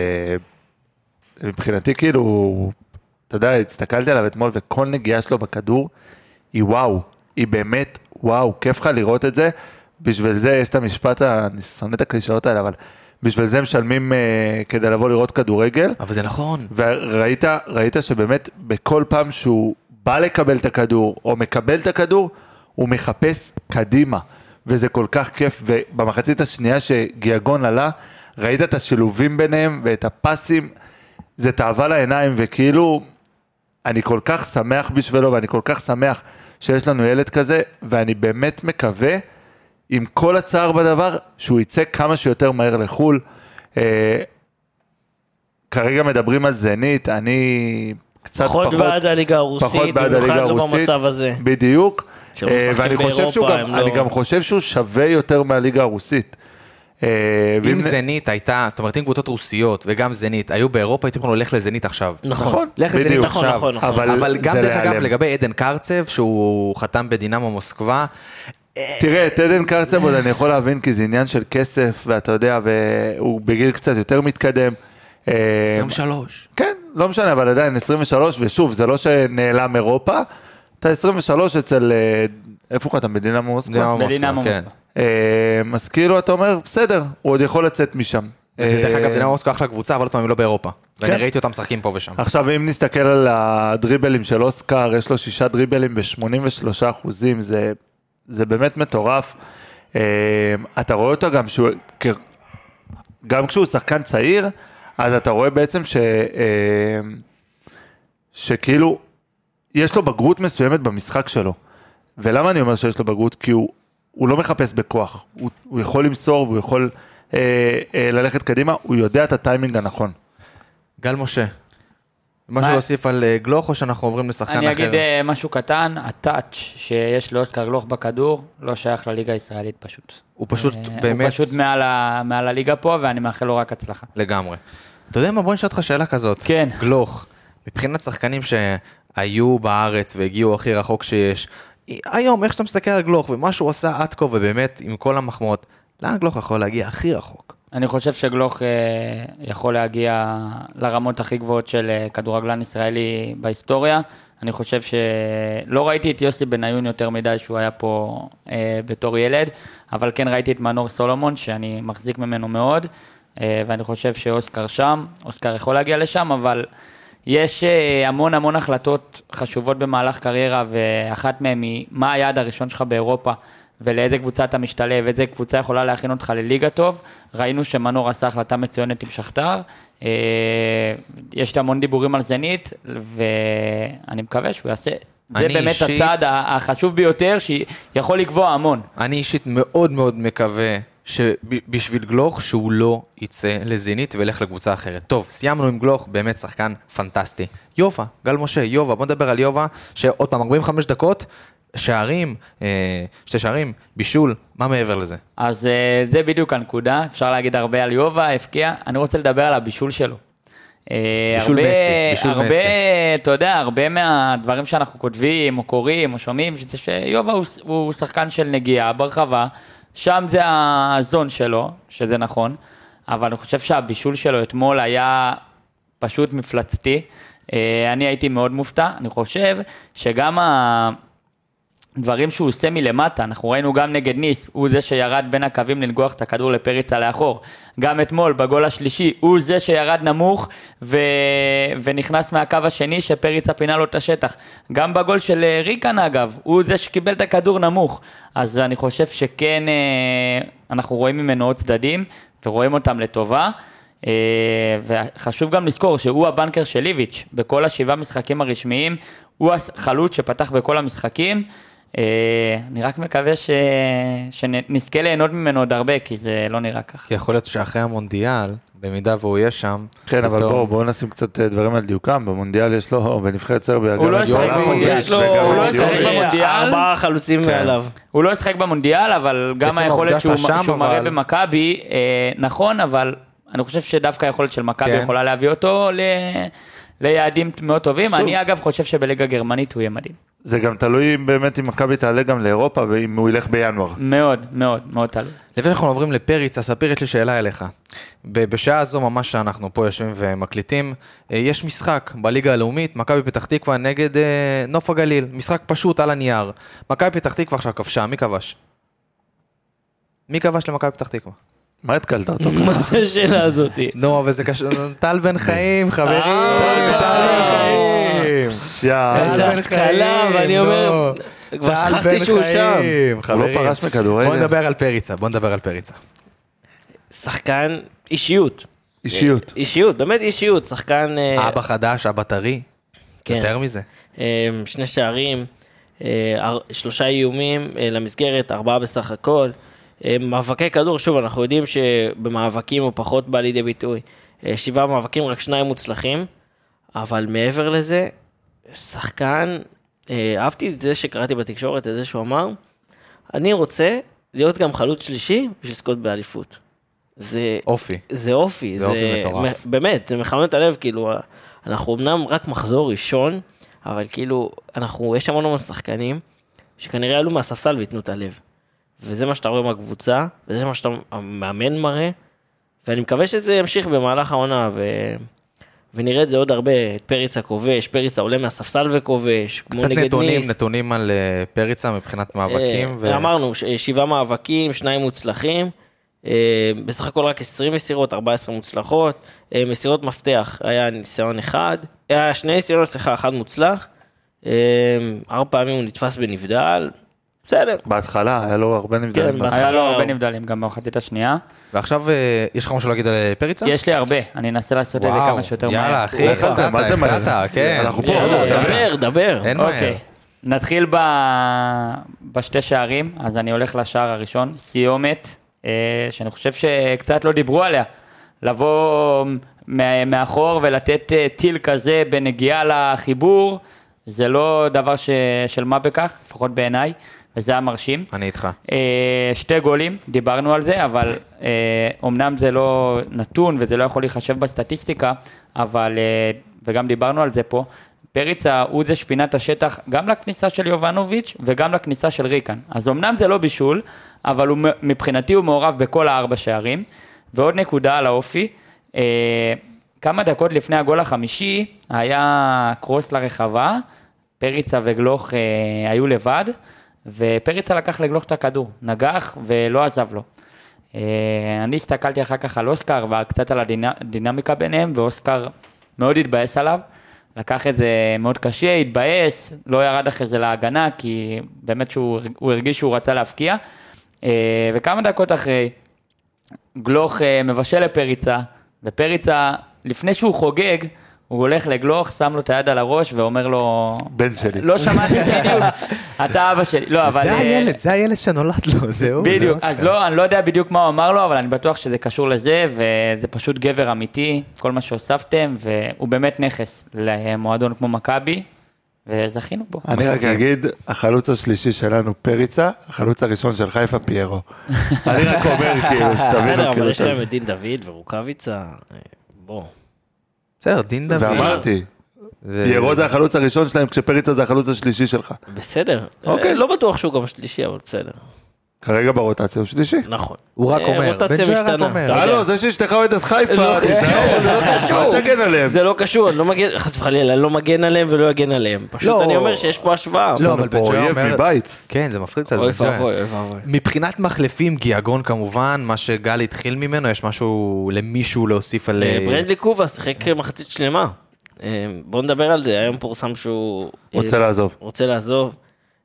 מבחינתי כאילו, אתה יודע, הסתכלתי עליו אתמול וכל נגיעה שלו בכדור היא וואו, היא באמת וואו, כיף לך לראות את זה, בשביל זה יש את המשפט, אני שונא את הקלישאות האלה, אבל בשביל זה משלמים uh, כדי לבוא לראות כדורגל. אבל זה נכון. וראית, ראית שבאמת בכל פעם שהוא בא לקבל את הכדור, או מקבל את הכדור, הוא מחפש קדימה. וזה כל כך כיף, ובמחצית השנייה שגיאגון עלה, ראית את השילובים ביניהם, ואת הפסים, זה תאווה לעיניים, וכאילו, אני כל כך שמח בשבילו, ואני כל כך שמח שיש לנו ילד כזה, ואני באמת מקווה, עם כל הצער בדבר, שהוא יצא כמה שיותר מהר לחול. אה, כרגע מדברים על זנית, אני קצת פחות... פחות בעד הליגה הרוסית, פחות בעד הליגה הרוסית, במצב הזה. בדיוק. אה, ואני חושב שהוא גם, אני גם חושב שהוא שווה יותר מהליגה הרוסית. אם זנית הייתה, זאת אומרת, אם קבוצות רוסיות וגם זנית היו באירופה, הייתי יכולים ללך לזנית עכשיו. נכון. לך לזנית בדיוק. עכשיו. נכון, נכון. אבל אבל גם זה דרך אגב, להיעלם. לגבי עדן קרצב, שהוא חתם בדינמו מוסקבה, תראה, את עדן קרצב עוד אני יכול להבין, כי זה עניין של כסף, ואתה יודע, והוא בגיל קצת יותר מתקדם. עשרים ושלוש. כן, לא משנה, אבל עדיין עשרים ושלוש, ושוב, זה לא שנעלם אירופה, אתה עשרים ושלוש אצל, איפה הוא חתם? בדינמו מוסקבה? בדינמו כן. אז כאילו אתה אומר, בסדר, הוא עוד יכול לצאת משם. זה דרך אגב, דינמו מוסקבה אחלה קבוצה, אבל אותם הם לא באירופה. ואני ראיתי אותם משחקים פה ושם. עכשיו, אם נסתכל על הדריבלים של אוסקר, יש לו שישה דריבלים ב-שמונים ושלושה אחוזים, זה, זה באמת מטורף. אתה רואה אותו גם שהוא, גם כשהוא שחקן צעיר, אז אתה רואה בעצם ש, שכאילו, יש לו בגרות מסוימת במשחק שלו. ולמה אני אומר שיש לו בגרות? כי הוא, הוא לא מחפש בכוח. הוא, הוא יכול למסור והוא יכול אה, אה, ללכת קדימה, הוא יודע את הטיימינג הנכון. גל משה, משהו להוסיף על אה, גלוך או שאנחנו עוברים לשחקן אחר? אני אגיד אה, משהו קטן, הטאץ' שיש לאוסקר גלוך בכדור, לא שייך לליגה הישראלית פשוט. הוא פשוט אה, באמת... הוא פשוט מעל, ה, מעל הליגה פה, ואני מאחל לו רק הצלחה. לגמרי. אתה יודע מה? בוא נשאל אותך שאלה כזאת. כן. גלוך, מבחינת שחקנים שהיו בארץ והגיעו הכי רחוק שיש, היום, איך שאתה מסתכל על גלוך ומה שהוא עשה עד כה, ובאמת עם כל המחמאות, לאן גלוך יכול להגיע הכי רחוק? אני חושב שגלוך אה, יכול להגיע לרמות הכי גבוהות של אה, כדורגלן ישראלי בהיסטוריה. אני חושב שלא ראיתי את יוסי בניון יותר מדי שהוא היה פה אה, בתור ילד, אבל כן ראיתי את מנור סולומון שאני מחזיק ממנו מאוד, אה, ואני חושב שאוסקר שם, אוסקר יכול להגיע לשם, אבל יש אה, המון המון החלטות חשובות במהלך קריירה, ואחת מהן היא מה היעד הראשון שלך באירופה, ולאיזה קבוצה אתה משתלב, איזה קבוצה יכולה להכין אותך לליגה טוב. ראינו שמנור עשה החלטה מצוינת עם שכתר, יש המון דיבורים על זנית, ואני מקווה שהוא יעשה, זה באמת אישית, הצעד החשוב ביותר, שיכול לקבוע המון. אני אישית מאוד מאוד מקווה שבשביל גלוך שהוא לא יצא לזנית וילך לקבוצה אחרת. טוב, סיימנו עם גלוך, באמת שחקן פנטסטי. יובה, גל משה, יובה, בוא נדבר על יובה, שעוד פעם ארבעים וחמש דקות, שערים, שתי שערים, בישול, מה מעבר לזה? אז זה בדיוק הנקודה, אפשר להגיד הרבה על יובה, הפקיע, אני רוצה לדבר על הבישול שלו. בישול הרבה, מסי, בישול הרבה, מסי. אתה יודע, הרבה מהדברים שאנחנו כותבים, או קוראים, או שומעים, שזה שיובה הוא, הוא שחקן של נגיעה ברחבה, שם זה הזון שלו, שזה נכון, אבל אני חושב שהבישול שלו אתמול היה פשוט מפלצתי, אני הייתי מאוד מופתע, אני חושב שגם ה... דברים שהוא עושה מלמטה, אנחנו ראינו גם נגד ניס, הוא זה שירד בין הקווים לנגוח את הכדור לפריצה לאחור, גם אתמול בגול השלישי, הוא זה שירד נמוך ו... ונכנס מהקו השני שפריצה פינה לו את השטח, גם בגול של ריקן אגב, הוא זה שקיבל את הכדור נמוך, אז אני חושב שכן אנחנו רואים ממנו עוד צדדים, ורואים אותם לטובה, וחשוב גם לזכור שהוא הבנקר של ליביץ', בכל השבעה משחקים הרשמיים, הוא החלוץ שפתח בכל המשחקים, אני רק מקווה ש... שנזכה ליהנות ממנו עוד הרבה, כי זה לא נראה ככה. כי יכול להיות שאחרי המונדיאל, במידה והוא יהיה שם, כן, אבל בואו, בואו נשים קצת דברים על דיוקם, במונדיאל יש לו, בנבחרת סרביה, הוא לא ישחק במונדיאל, הוא לא ישחק במונדיאל, ארבעה חלוצים מעליו. הוא לא ישחק במונדיאל, אבל גם היכולת שהוא מראה במכבי, נכון, אבל אני חושב שדווקא היכולת של מכבי יכולה להביא אותו ליעדים מאוד טובים. אני אגב חושב שבליגה גרמנית הוא יהיה מדהים. זה גם תלוי באמת אם מכבי תעלה גם לאירופה, ואם הוא ילך בינואר. מאוד, מאוד, מאוד תלוי. לפני שאנחנו עוברים לפריצה, ספיר, יש לי שאלה אליך. בשעה הזו ממש שאנחנו פה יושבים ומקליטים, יש משחק בליגה הלאומית, מכבי פתח תקווה נגד נוף הגליל, משחק פשוט על הנייר. מכבי פתח תקווה עכשיו כבשה, מי כבש? מי כבש למכבי פתח תקווה? מה התקלת אותו? מה זה השאלה הזאת? נו, אבל זה קשור, טל בן חיים, חברים, טל בן חיים. איזה התקלה, ואני אומר, כבר שכחתי שהוא שם. הוא לא פרש מכדורגל. בוא נדבר על פריצה, בוא נדבר על פריצה. שחקן אישיות. אישיות. אישיות, באמת אישיות, שחקן... אבא חדש, אבא טרי, יותר מזה. שני שערים, שלושה איומים למסגרת, ארבעה בסך הכל. מאבקי כדור, שוב, אנחנו יודעים שבמאבקים הוא פחות בא לידי ביטוי. שבעה מאבקים, רק שניים מוצלחים, אבל מעבר לזה, שחקן, אהבתי את זה שקראתי בתקשורת, את זה שהוא אמר, אני רוצה להיות גם חלוץ שלישי בשביל לזכות באליפות. זה... אופי. זה אופי. זה אופי מטורף. באמת, זה מחמם את הלב, כאילו, אנחנו אמנם רק מחזור ראשון, אבל כאילו, אנחנו, יש המון המון שחקנים, שכנראה עלו מהספסל ויתנו את הלב. וזה מה שאתה רואה מהקבוצה, וזה מה שאתה מאמן מראה, ואני מקווה שזה ימשיך במהלך העונה, ו... ונראה את זה עוד הרבה, את פריצה כובש, פריצה עולה מהספסל וכובש, כמו נגד ניס. קצת נתונים, נתונים על פריצה מבחינת מאבקים. ו... אמרנו, שבעה מאבקים, שניים מוצלחים, בסך הכל רק עשרים מסירות, ארבע עשרה מוצלחות, מסירות מפתח, היה ניסיון אחד, היה שני ניסיונות, סליחה, אחד מוצלח, ארבע פעמים הוא נתפס בנבדל, בסדר. בהתחלה, היה לו הרבה נבדלים. כן, היה לו הרבה נבדלים גם במחצית השנייה. ועכשיו, יש לך משהו להגיד על פריצה? יש לי הרבה, אני אנסה לעשות את זה כמה שיותר מהר. יאללה, אחי, מה זה מהר? כן. אנחנו פה. דבר, דבר. אין מהר. אוקיי, נתחיל בשתי שערים, אז אני הולך לשער הראשון, סיומת, שאני חושב שקצת לא דיברו עליה, לבוא מאחור ולתת טיל כזה בנגיעה לחיבור, זה לא דבר של מה בכך, לפחות בעיניי, וזה היה מרשים. אני איתך. שתי גולים, דיברנו על זה, אבל אומנם זה לא נתון וזה לא יכול להיחשב בסטטיסטיקה, אבל, וגם דיברנו על זה פה, פריצה הוא זה שפינת השטח גם לכניסה של יובנוביץ' וגם לכניסה של ריקן. אז אומנם זה לא בישול, אבל הוא, מבחינתי הוא מעורב בכל הארבע שערים. ועוד נקודה על האופי, כמה דקות לפני הגול החמישי, היה קרוס לרחבה, פריצה וגלוך היו לבד, ופריצה לקח לגלוך את הכדור, נגח ולא עזב לו. אני הסתכלתי אחר כך על אוסקר וקצת על הדינמיקה ביניהם, ואוסקר מאוד התבאס עליו, לקח את זה מאוד קשה, התבאס, לא ירד אחרי זה להגנה, כי באמת שהוא הרגיש שהוא רצה להפקיע, וכמה דקות אחרי, גלוך מבשל לפריצה, ופריצה, לפני שהוא חוגג, הוא הולך לגלוך, שם לו את היד על הראש, ואומר לו... בן שלי. לא שמעתי בדיוק, אתה אבא שלי. לא, אבל... זה הילד, זה הילד שנולד לו, זהו. בדיוק, אז לא, אני לא יודע בדיוק מה הוא אמר לו, אבל אני בטוח שזה קשור לזה, וזה פשוט גבר אמיתי, כל מה שהוספתם, והוא באמת נכס למועדון כמו מכבי, וזכינו בו. אני רק אגיד, החלוץ השלישי שלנו פריצה, החלוץ הראשון של חיפה פיירו. אני רק אומר כאילו, שתבינו בסדר, כאילו. אבל יש להם את דין דוד ורוקאביצה, בוא. בסדר, דין דוד. ואמרתי, פיירו זה החלוץ הראשון שלהם, כשפריצה זה החלוץ השלישי שלך. בסדר, אוקיי. לא בטוח שהוא גם שלישי, אבל בסדר. כרגע ברוטציה הוא שלישי. נכון. הוא רק אומר, רוטציה בן ג'ר רק משתנה. אומר. אתה יודע. הלו, זה שאשתך אוהדת חיפה, לא קשור, זה לא קשור. אל תגן עליהם. זה לא קשור, אני לא מגן, חס וחלילה, אני לא מגן עליהם ולא אגן עליהם. פשוט לא. אני אומר שיש פה השוואה. לא, אבל פה בן ג'ר אויב אומר... מבית. כן, זה מפחיד קצת. אוי בן ג'ר. ואבוי, אוי ואבוי. מבחינת מחלפים, גיאגון כמובן, מה שגל התחיל ממנו, יש משהו למישהו להוסיף על... ברנדלי קובה שיחק מחצית שלמה. בואו נדבר על זה, היום פורסם שהוא... רוצה לעזוב. רוצה לעזוב.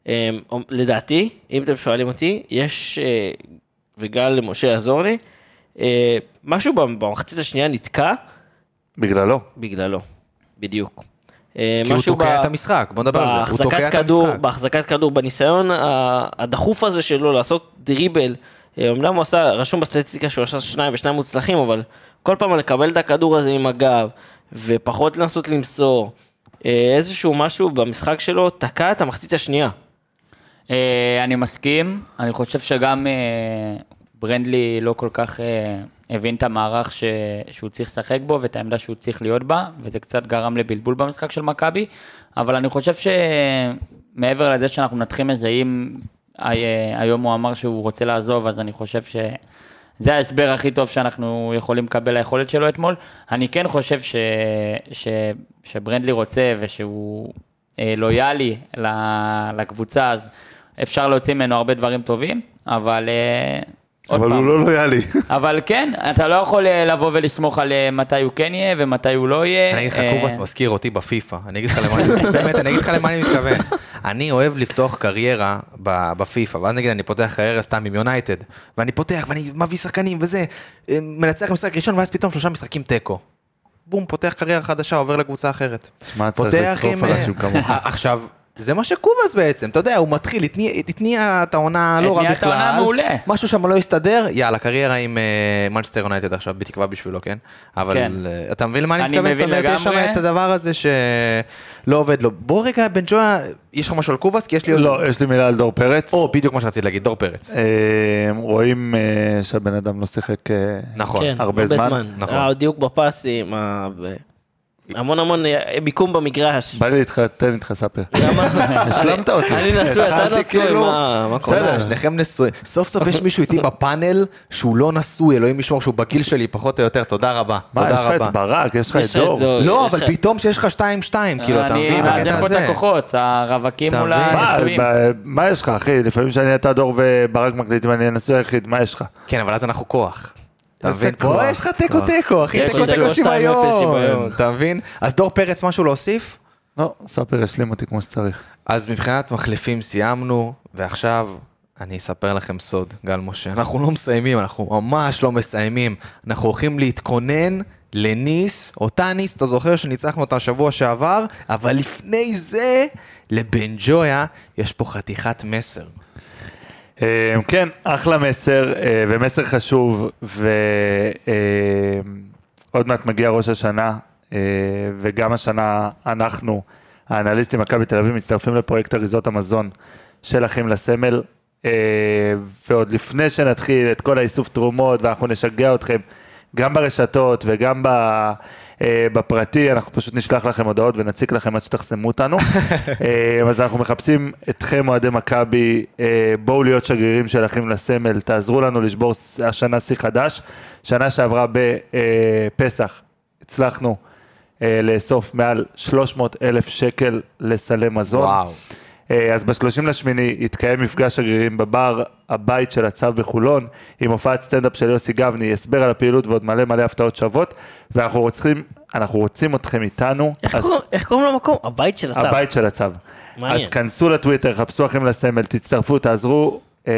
לדעתי, אם אתם שואלים אותי, יש, וגל למשה יעזור לי, משהו במחצית השנייה נתקע. בגללו. בגללו, בדיוק. כי הוא תוקע את המשחק, בוא נדבר על זה. הוא תוקע את המשחק. בהחזקת כדור, בניסיון הדחוף הזה שלו לעשות דריבל, אמנם הוא עשה, רשום בסטטיסטיקה שהוא עשה שניים ושניים מוצלחים, אבל כל פעם לקבל את הכדור הזה עם הגב, ופחות לנסות למסור, איזשהו משהו במשחק שלו, תקע את המחצית השנייה. אני מסכים, אני חושב שגם ברנדלי לא כל כך הבין את המערך שהוא צריך לשחק בו, ואת העמדה שהוא צריך להיות בה, וזה קצת גרם לבלבול במשחק של מכבי, אבל אני חושב שמעבר לזה שאנחנו נתחיל מזהים, היום הוא אמר שהוא רוצה לעזוב, אז אני חושב ש... זה ההסבר הכי טוב שאנחנו יכולים לקבל ליכולת שלו אתמול. אני כן חושב ש, ש, שברנדלי רוצה ושהוא אה, לויאלי לקבוצה, אז אפשר להוציא ממנו הרבה דברים טובים, אבל... אה, אבל הוא לא לויאלי. אבל כן, אתה לא יכול לבוא ולסמוך על מתי הוא כן יהיה ומתי הוא לא יהיה. אני אגיד לך, קובס מזכיר אותי בפיפה. אני אגיד לך למה, באמת, אני אגיד לך למה אני מתכוון. אני אוהב לפתוח קריירה בפיפה, ואז נגיד אני פותח קריירה סתם עם יונייטד, ואני פותח ואני מביא שחקנים וזה, מנצח משחק ראשון, ואז פתאום שלושה משחקים טקו. בום, פותח קריירה חדשה, עובר לקבוצה אחרת. מה צריך לשרוף אנשים כמוך? עכשיו, זה מה שקובס בעצם, אתה יודע, הוא מתחיל, התניע את העונה לא רע בכלל. התניע את העונה מעולה. משהו שם לא יסתדר, יאללה, קריירה עם מנצ'סטר יונייטד עכשיו, בתקווה בשבילו, כן? אבל כן. אתה מבין למה אני אני מתכוון? מבין זאת אומרת, יש שם לגמרי. את הדבר הזה שלא עובד לו. בוא רגע, בן ג'ויה, יש לך משהו על קובס? כי יש לי עוד... לא, יש לי מילה על דור פרץ. או, בדיוק מה שרציתי להגיד, דור פרץ. אה, רואים אה, שהבן אדם לא שיחק אה, נכון. כן, הרבה זמן. נכון. הדיוק בפסים, ה- ו- המון המון מיקום במגרש. בא לי להתחתן איתך, ספר. למה? השלמת אותי. אני נשוי, אתה התחלתי נשוי, כאילו- מה מה קורה? בסדר, שניכם נשואים. סוף סוף יש מישהו איתי בפאנל שהוא לא נשוי, אלוהים ישמור שהוא בגיל שלי פחות או יותר, תודה רבה. מה, יש תודה לך רבה. את ברק, יש לך את יש לך דור. את דור. לא, יש אבל לך- פתאום שיש לך שתיים שתיים, כאילו, אתה מבין? אני בקטע מאזן פה את הזה. הכוחות, הרווקים אתה מול מבין? מה, הנשואים. ב- מה יש לך, אחי? לפעמים שאני אתה דור וברק מקליטים, אני הנשוי היחיד, מה יש לך? כן, אבל אז אנחנו כוח. אתה איזה מבין? פה כוח. יש לך תיקו תיקו, אחי, יש תיקו לי תיקו תיקו שתיים אפס שוויון. שוויון. אתה מבין? אז דור פרץ, משהו להוסיף? לא, ספר השלים אותי כמו שצריך. אז מבחינת מחליפים סיימנו, ועכשיו אני אספר לכם סוד, גל משה. אנחנו לא מסיימים, אנחנו ממש לא מסיימים. אנחנו הולכים להתכונן לניס, אותה ניס, אתה זוכר שניצחנו אותה שבוע שעבר, אבל לפני זה, לבן ג'ויה, יש פה חתיכת מסר. אה, כן, אחלה מסר, אה, ומסר חשוב, ועוד מעט מגיע ראש השנה, אה, וגם השנה אנחנו, האנליסטים מכבי תל אביב, מצטרפים לפרויקט אריזות המזון של אחים לסמל, אה, ועוד לפני שנתחיל את כל האיסוף תרומות, ואנחנו נשגע אתכם גם ברשתות וגם ב... אה, בפרטי, אנחנו פשוט נשלח לכם הודעות ונציק לכם עד שתחסמו אותנו. אה, אז אנחנו מחפשים אתכם אוהדי מכבי, אה, בואו להיות שגרירים של אחים לסמל, תעזרו לנו לשבור ס- השנה שיא חדש. שנה שעברה בפסח הצלחנו אה, לאסוף מעל שלוש מאות אלף שקל לסלי מזון. וואו. אה, אז ב-שלושים לשמיני יתקיים מפגש שגרירים בבר הבית של הצו בחולון, עם הופעת סטנדאפ של יוסי גבני, הסבר על הפעילות ועוד מלא מלא הפתעות שוות, ואנחנו רוצים, אנחנו רוצים אתכם איתנו. איך אז- קוראים- איך קוראים למקום? הבית של הצו. הבית של הצו. מעניין. אז כנסו לטוויטר, חפשו אחים לסמל, תצטרפו, תעזרו אה,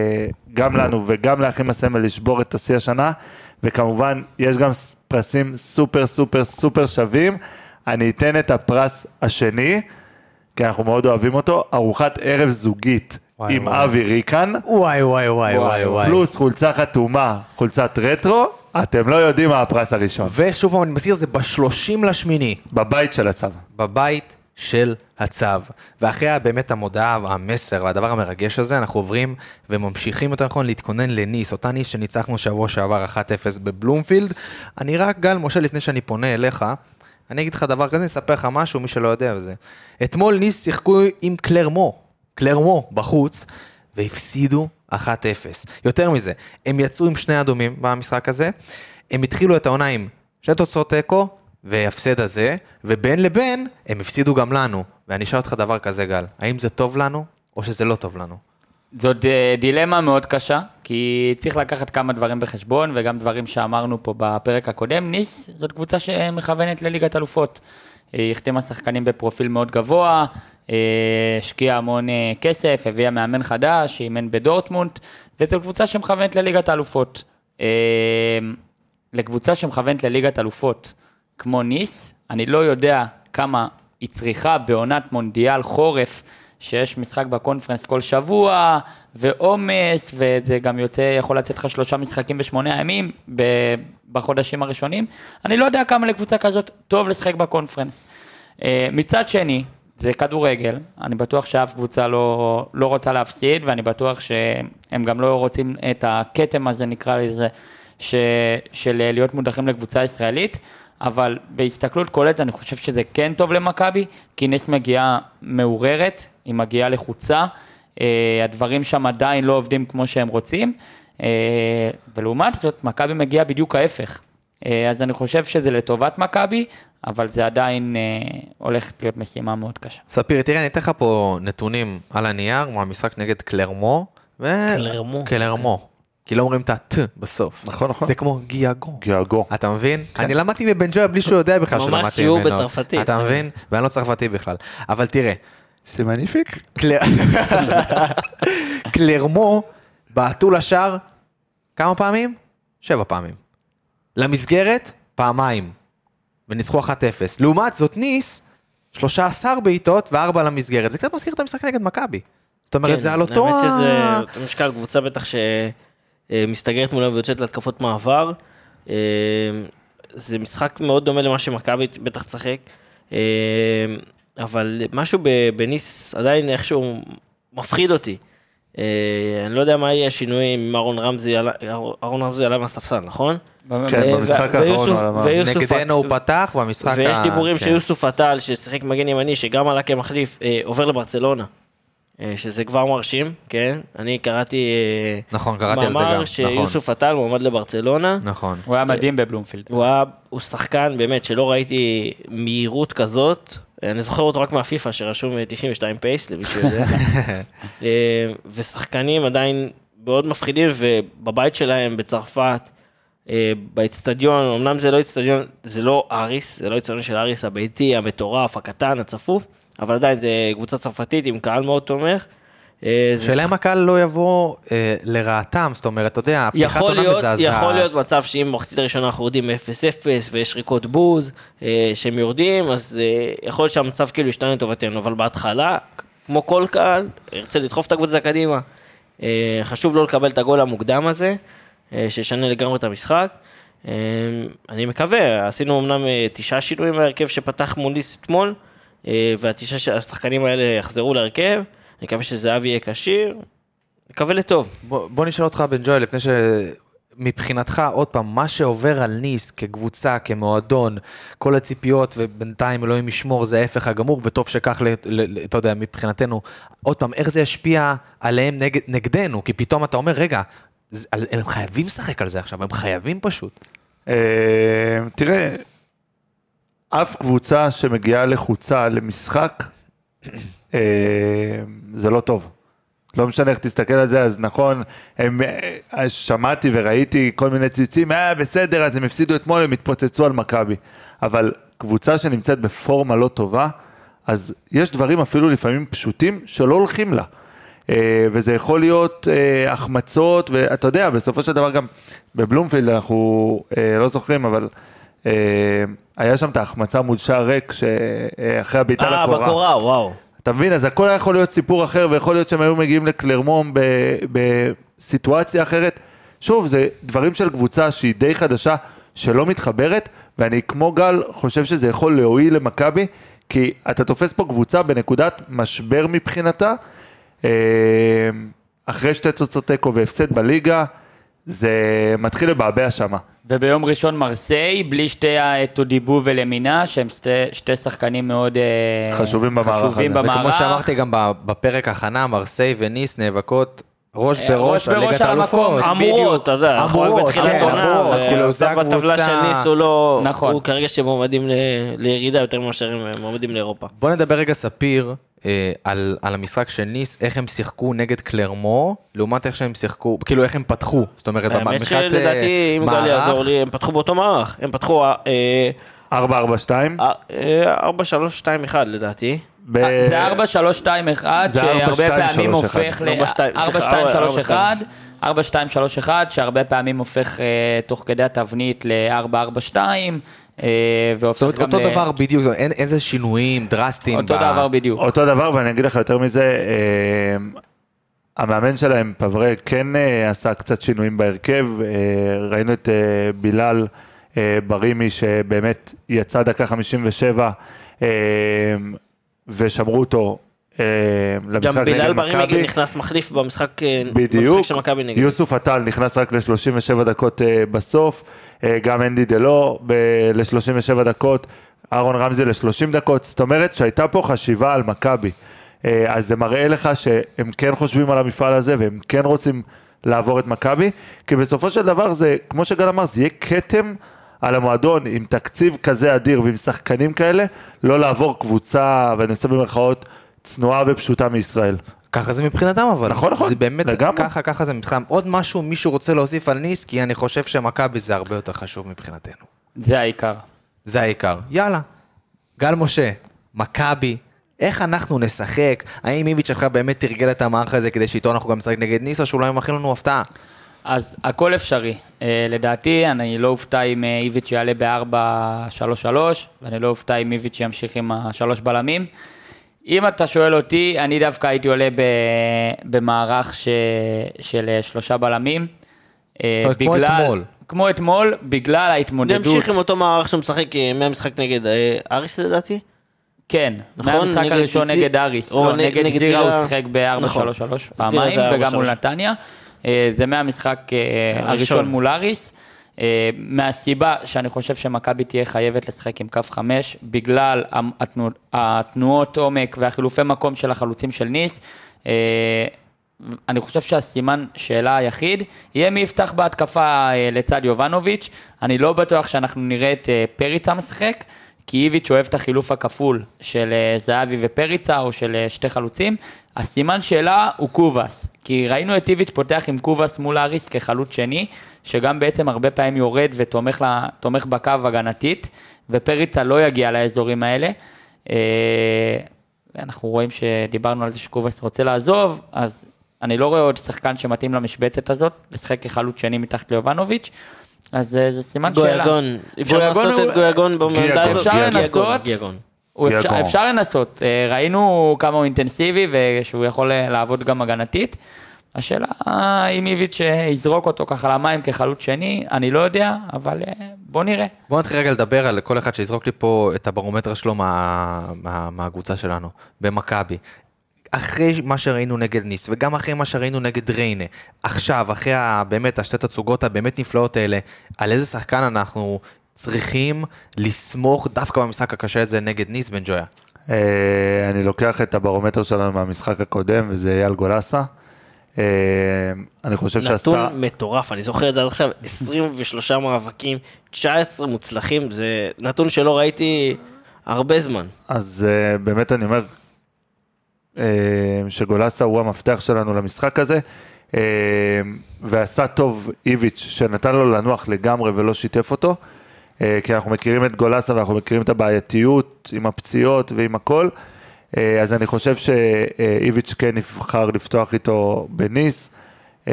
גם לנו וגם לאחים לסמל לשבור את השיא השנה, וכמובן יש גם ס- פרסים סופר סופר סופר שווים. אני אתן את הפרס השני, כי אנחנו מאוד אוהבים אותו, ארוחת ערב זוגית וואי, עם וואי. אבי ריקן, וואי וואי וואי וואי וואי. פלוס חולצה חתומה, חולצת רטרו, אתם לא יודעים מה הפרס הראשון, ושוב פעם אני מזכיר, זה בשלושים לשמיני. בבית של הצו. בבית של הצו. ואחרי באמת המודעה, המסר והדבר המרגש הזה, אנחנו עוברים וממשיכים יותר נכון להתכונן לניס, אותה ניס שניצחנו שבוע שעבר אחת אפס בבלומפילד. אני רק, גל משה, לפני שאני פונה אליך, אני אגיד לך דבר כזה, אני אספר לך משהו, מי שלא יודע וזה. אתמול ניס שיחקו עם קלרמו, קלרמו בחוץ, והפסידו אחת אפס. יותר מזה, הם יצאו עם שני אדומים במשחק הזה, הם התחילו את העונה עם שתי תוצאות תיקו, והפסד הזה, ובין לבין הם הפסידו גם לנו. ואני אשאל אותך דבר כזה, גל, האם זה טוב לנו, או שזה לא טוב לנו? זאת אה, דילמה מאוד קשה, כי צריך לקחת כמה דברים בחשבון, וגם דברים שאמרנו פה בפרק הקודם. ניס זאת קבוצה שמכוונת לליגת אלופות. היא החתימה שחקנים בפרופיל מאוד גבוה, אה, השקיעה המון אה, כסף, הביאה מאמן חדש, אימן בדורטמונד, וזו קבוצה שמכוונת לליגת אלופות. אה, לקבוצה שמכוונת לליגת אלופות, כמו ניס, אני לא יודע כמה היא צריכה בעונת מונדיאל חורף, שיש משחק בקונפרנס כל שבוע, ועומס, וזה גם יוצא, יכול לצאת לך שלושה משחקים בשמונה ימים, ב- בחודשים הראשונים. אני לא יודע כמה לקבוצה כזאת טוב לשחק בקונפרנס. אה, מצד שני, זה כדורגל, אני בטוח שאף קבוצה לא, לא רוצה להפסיד, ואני בטוח שהם גם לא רוצים את הכתם הזה, נקרא לזה, ש, של להיות מודחים לקבוצה ישראלית, אבל בהסתכלות כוללת אני חושב שזה כן טוב למכבי, כי ניס מגיעה מעוררת, היא מגיעה לחוצה, הדברים שם עדיין לא עובדים כמו שהם רוצים, ולעומת זאת מכבי מגיעה בדיוק ההפך. אז אני חושב שזה לטובת מכבי, אבל זה עדיין הולך להיות משימה מאוד קשה. ספיר, תראה, אני אתן לך פה נתונים על הנייר, מהמשחק נגד קלרמו, ו... קלרמו. קלרמו. כי לא אומרים את ה-ט בסוף. נכון, נכון. זה כמו גיאגו. גיאגו. אתה מבין? אני למדתי מבן ג'ויה בלי שהוא יודע בכלל ממש שלמדתי שיעור ממנו. בצרפתית. אתה מבין? ואני לא צרפתי בכלל. אבל תראה, סימניפיק? קלר- קלרמו בעטו לשער כמה פעמים? שבע פעמים. למסגרת, פעמיים. וניצחו אחת אפס. לעומת זאת ניס, שלושה עשר בעיטות וארבע למסגרת. זה קצת מזכיר את המשחק נגד מכבי. זאת אומרת, זה על אותו... האמת שזה אותו משקל קבוצה בטח שמסתגרת מולה ויוצאת להתקפות מעבר. זה משחק מאוד דומה למה שמכבי בטח צחק. אבל משהו בניס עדיין איכשהו מפחיד אותי. אני לא יודע מה יהיה השינוי עם אהרון רמזי, אהרון רמזי עלה מהספסל, נכון? כן, במשחק האחרון. נגדנו הוא פתח במשחק ה... ויש דיבורים שיוסוף עטל, ששיחק מגן ימני, שגם עלה כמחליף, עובר לברצלונה. שזה כבר מרשים, כן? אני קראתי... נכון, קראתי על זה גם. מאמר שיוסוף עטל מועמד לברצלונה. נכון. הוא היה מדהים בבלומפילד. הוא שחקן באמת שלא ראיתי מהירות כזאת. אני זוכר אותו רק מהפיפה שרשום תשעים ושתיים פייס, למי שיודע. ושחקנים עדיין מאוד מפחידים, ובבית שלהם בצרפת, באצטדיון, אמנם זה לא אצטדיון, זה לא אריס, זה לא אצטדיון של אריס הביתי, המטורף, הקטן, הצפוף, אבל עדיין זה קבוצה צרפתית עם קהל מאוד תומך. שאלה אם הקהל לא יבוא לרעתם, זאת אומרת, אתה יודע, הפתיחת עונה מזעזעת. יכול להיות מצב שאם במחצית הראשונה אנחנו יורדים אפס אפס ויש ריקות בוז שהם יורדים, אז יכול להיות שהמצב כאילו ישתנה לטובתנו, אבל בהתחלה, כמו כל קהל, ירצה לדחוף את הקבוצה קדימה. חשוב לא לקבל את הגול המוקדם הזה, שישנה לגמרי את המשחק. אני מקווה, עשינו אמנם תשעה שינויים בהרכב שפתח מוליס אתמול, והתשעה השחקנים האלה יחזרו להרכב. אני מקווה שזהב יהיה קשיר, נקווה לטוב. בוא, בוא נשאל אותך בן ג'ואל, לפני שמבחינתך, עוד פעם, מה שעובר על ניס כקבוצה, כמועדון, כל הציפיות, ובינתיים אלוהים ישמור, זה ההפך הגמור, וטוב שכך, אתה יודע, מבחינתנו, עוד פעם, איך זה ישפיע עליהם נגד, נגדנו? כי פתאום אתה אומר, רגע, הם חייבים לשחק על זה עכשיו, הם חייבים פשוט. תראה, אף קבוצה שמגיעה לחוצה למשחק, זה לא טוב. לא משנה איך תסתכל על זה, אז נכון, הם, שמעתי וראיתי כל מיני ציוצים, אה, בסדר, אז הם הפסידו אתמול, הם התפוצצו על מכבי. אבל קבוצה שנמצאת בפורמה לא טובה, אז יש דברים אפילו לפעמים פשוטים שלא הולכים לה. וזה יכול להיות החמצות, ואתה יודע, בסופו של דבר גם בבלומפילד אנחנו לא זוכרים, אבל היה שם את ההחמצה מול שער ריק, שאחרי הביתה לקורה. אה, בקורה, וואו. אתה מבין, אז הכל יכול להיות סיפור אחר, ויכול להיות שהם היו מגיעים לקלרמון בסיטואציה אחרת. שוב, זה דברים של קבוצה שהיא די חדשה, שלא מתחברת, ואני כמו גל חושב שזה יכול להועיל למכבי, כי אתה תופס פה קבוצה בנקודת משבר מבחינתה, אחרי שתי תוצאות תיקו והפסד בליגה, זה מתחיל לבעבע שמה. וביום ראשון מרסיי, בלי שתי טודיבו ולמינה, שהם שתי, שתי שחקנים מאוד חשובים במערך. חשובים במערך. וכמו שאמרתי גם בפרק הכנה, מרסיי וניס נאבקות ראש בראש על ליגת האלופות. אמורות, אתה יודע. אמורות, כן, אמורות. כאילו זה הקבוצה. בטבלה של ניס הוא לא... נכון. הוא כרגע שמועמדים לירידה יותר מאשר הם מועמדים לאירופה. בוא נדבר רגע ספיר על, על המשחק של ניס, איך הם שיחקו נגד קלרמו, לעומת איך שהם שיחקו, כאילו איך הם פתחו. זאת אומרת, האמת שלדעתי, אם גל יעזור לי, הם פתחו באותו מערך. הם פתחו... ארבע ארבע שתיים? ארבע שלוש שתיים אחת לדעתי. זה ארבע שלוש שתיים אחת, שהרבה פעמים הופך ל-ארבע שתיים שלוש אחת, ארבע שתיים שלוש אחת, שהרבה פעמים הופך תוך כדי התבנית ל-ארבע ארבע שתיים, זאת אומרת, אותו דבר בדיוק, אין איזה שינויים דרסטיים. אותו דבר בדיוק. אותו דבר, ואני אגיד לך יותר מזה, המאמן שלהם, פברה, כן עשה קצת שינויים בהרכב, ראינו את בילal ברימי, שבאמת יצא דקה חמישים ושבע, ושמרו אותו למשחק נגד מכבי. גם בילal ברימי נכנס מחליף במשחק של מכבי נגד. יוסוף עטל נכנס רק ל-שלושים ושבע דקות בסוף, גם אנדי דלו ל-שלושים ושבע דקות, אהרון רמזי ל-שלושים דקות, זאת אומרת שהייתה פה חשיבה על מכבי, אז זה מראה לך שהם כן חושבים על המפעל הזה, והם כן רוצים לעבור את מכבי, כי בסופו של דבר זה, כמו שגל אמר, זה יהיה כתם על המועדון, עם תקציב כזה אדיר, ועם שחקנים כאלה, לא לעבור קבוצה, ואני עושה במרכאות, צנועה ופשוטה מישראל. ככה זה מבחינתם, אבל. נכון, נכון. זה באמת לגמרי. ככה, ככה זה מבחינתם. עוד משהו, מישהו רוצה להוסיף על ניס, כי אני חושב שמכבי זה הרבה יותר חשוב מבחינתנו. זה העיקר. זה העיקר. יאללה. גל משה, מכבי, איך אנחנו נשחק? האם איביץ' שלך באמת תרגל את המערך הזה, כדי שאיתו אנחנו גם נשחק נגד ניס, או שאולי הוא מכין לנו הפתעה? אז הכל אפשרי. אה, לדעתי, אני לא אופתע אם אה, איביץ' יעלה ב-ארבע שלוש שלוש, ואני לא אופתע אם איביץ' ימשיך עם השלוש בלמים. אם אתה שואל אותי, אני דווקא הייתי עולה ב- במערך ש- של אה, שלושה בלמים. אה, כמו בגלל- אתמול. כמו אתמול, בגלל ההתמודדות. נמשיך עם אותו מערך שהוא משחק אה, מהמשחק נגד אה, אריס לדעתי? כן, נכון, מהמשחק נגד הראשון זי- נגד אריס, או לא, נ- נגד נגד זירה זירה. הוא שיחק ב-ארבע שלוש שלוש נכון. זירה פעמיים, זה ארבע וגם מול שלוש. נתניה. אה, זה מהמשחק אה, הראשון. הראשון מול אריס. אה, מהסיבה שאני חושב שמכבי תהיה חייבת לשחק עם קו חמש, בגלל התנוע- התנועות עומק והחילופי מקום של החלוצים של ניס. אה, אני חושב שהסימן שאלה היחיד יהיה מי יפתח בהתקפה אה, לצד יובנוביץ'. אני לא בטוח שאנחנו נראה את אה, פריצה משחק, כי איביץ' אוהב את החילוף הכפול של אה, זהבי ופריצה, או של אה, שתי חלוצים. הסימן שאלה הוא קובס, כי ראינו את איביץ' פותח עם קובס מול אריס כחלוץ שני, שגם בעצם הרבה פעמים יורד ותומך לה, תומך בקו הגנתית, ופריצה לא יגיע לאזורים האלה. אה, אנחנו רואים שדיברנו על זה שקובס רוצה לעזוב, אז אני לא רואה עוד שחקן שמתאים למשבצת הזאת, לשחק כחלוץ שני מתחת ליובנוביץ', אז אה, זה סימן שאלה. גויגון, אפשר גויגון לעשות הוא- את גויגון בעמדה הזאת? אפשר גיאגון, לנסות. גיאגון. הוא אפשר, גיאגון. אפשר לנסות, אה, ראינו כמה הוא אינטנסיבי ושהוא יכול אה, לעבוד גם הגנתית. השאלה אם איביץ' יזרוק אותו ככה למים כחלוץ שני, אני לא יודע, אבל אה, בוא נראה. בואו נתחיל רגע לדבר על כל אחד שיזרוק לי פה את הברומטר שלו מה, מה, מהקבוצה שלנו, במכבי. אחרי מה שראינו נגד ניס, וגם אחרי מה שראינו נגד ריינה, עכשיו, אחרי ה- באמת השתי תצוגות הבאמת נפלאות האלה, על איזה שחקן אנחנו צריכים לסמוך דווקא במשחק הקשה הזה נגד ניס בן ג'ויה? אה, אני לוקח את הברומטר שלנו מהמשחק הקודם, וזה אייל גולסה. אה, אני חושב שעשה... נתון מטורף, אני זוכר את זה עד עכשיו, עשרים ושלושה מאבקים, תשע עשרה מוצלחים, זה נתון שלא ראיתי הרבה זמן. אז uh, באמת אני אומר uh, שגולסה הוא המפתח שלנו למשחק הזה, uh, ועשה טוב איביץ' שנתן לו לנוח לגמרי ולא שיתף אותו, uh, כי אנחנו מכירים את גולסה ואנחנו מכירים את הבעייתיות עם הפציעות ועם הכל, uh, אז אני חושב שאיביץ' כן נבחר לפתוח איתו בניס, uh,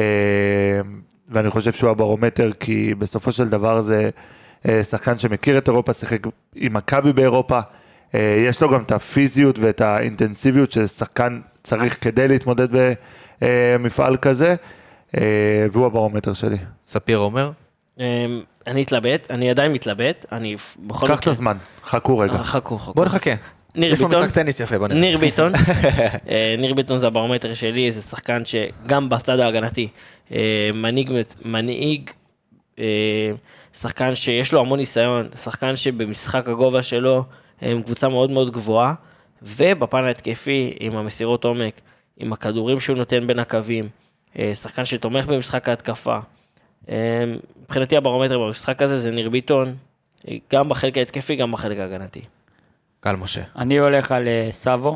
ואני חושב שהוא הברומטר, כי בסופו של דבר זה שחקן שמכיר את אירופה, שיחק עם מכבי באירופה, יש לו גם את הפיזיות ואת האינטנסיביות ששחקן צריך כדי להתמודד במפעל כזה, והוא הברומטר שלי. ספיר אומר? אני אתלבט, אני עדיין מתלבט, אני בכל קח את הזמן, חכו רגע. חכו, חכו. בוא נחכה. ניר יש לו ביטון. משחק טניס יפה, בוא נראה. ניר ביטון, אה, ניר ביטון זה הברומטר שלי, זה שחקן שגם בצד ההגנתי, אה, מנהיג, מנהיג, אה, שחקן שיש לו המון ניסיון, שחקן שבמשחק הגובה שלו, הם קבוצה מאוד מאוד גבוהה, ובפן ההתקפי, עם המסירות עומק, עם הכדורים שהוא נותן בין הקווים, אה, שחקן שתומך במשחק ההתקפה. אה, מבחינתי הברומטר במשחק הזה זה ניר ביטון, גם בחלק ההתקפי, גם בחלק ההגנתי. קל משה. אני הולך על אה, סאבו,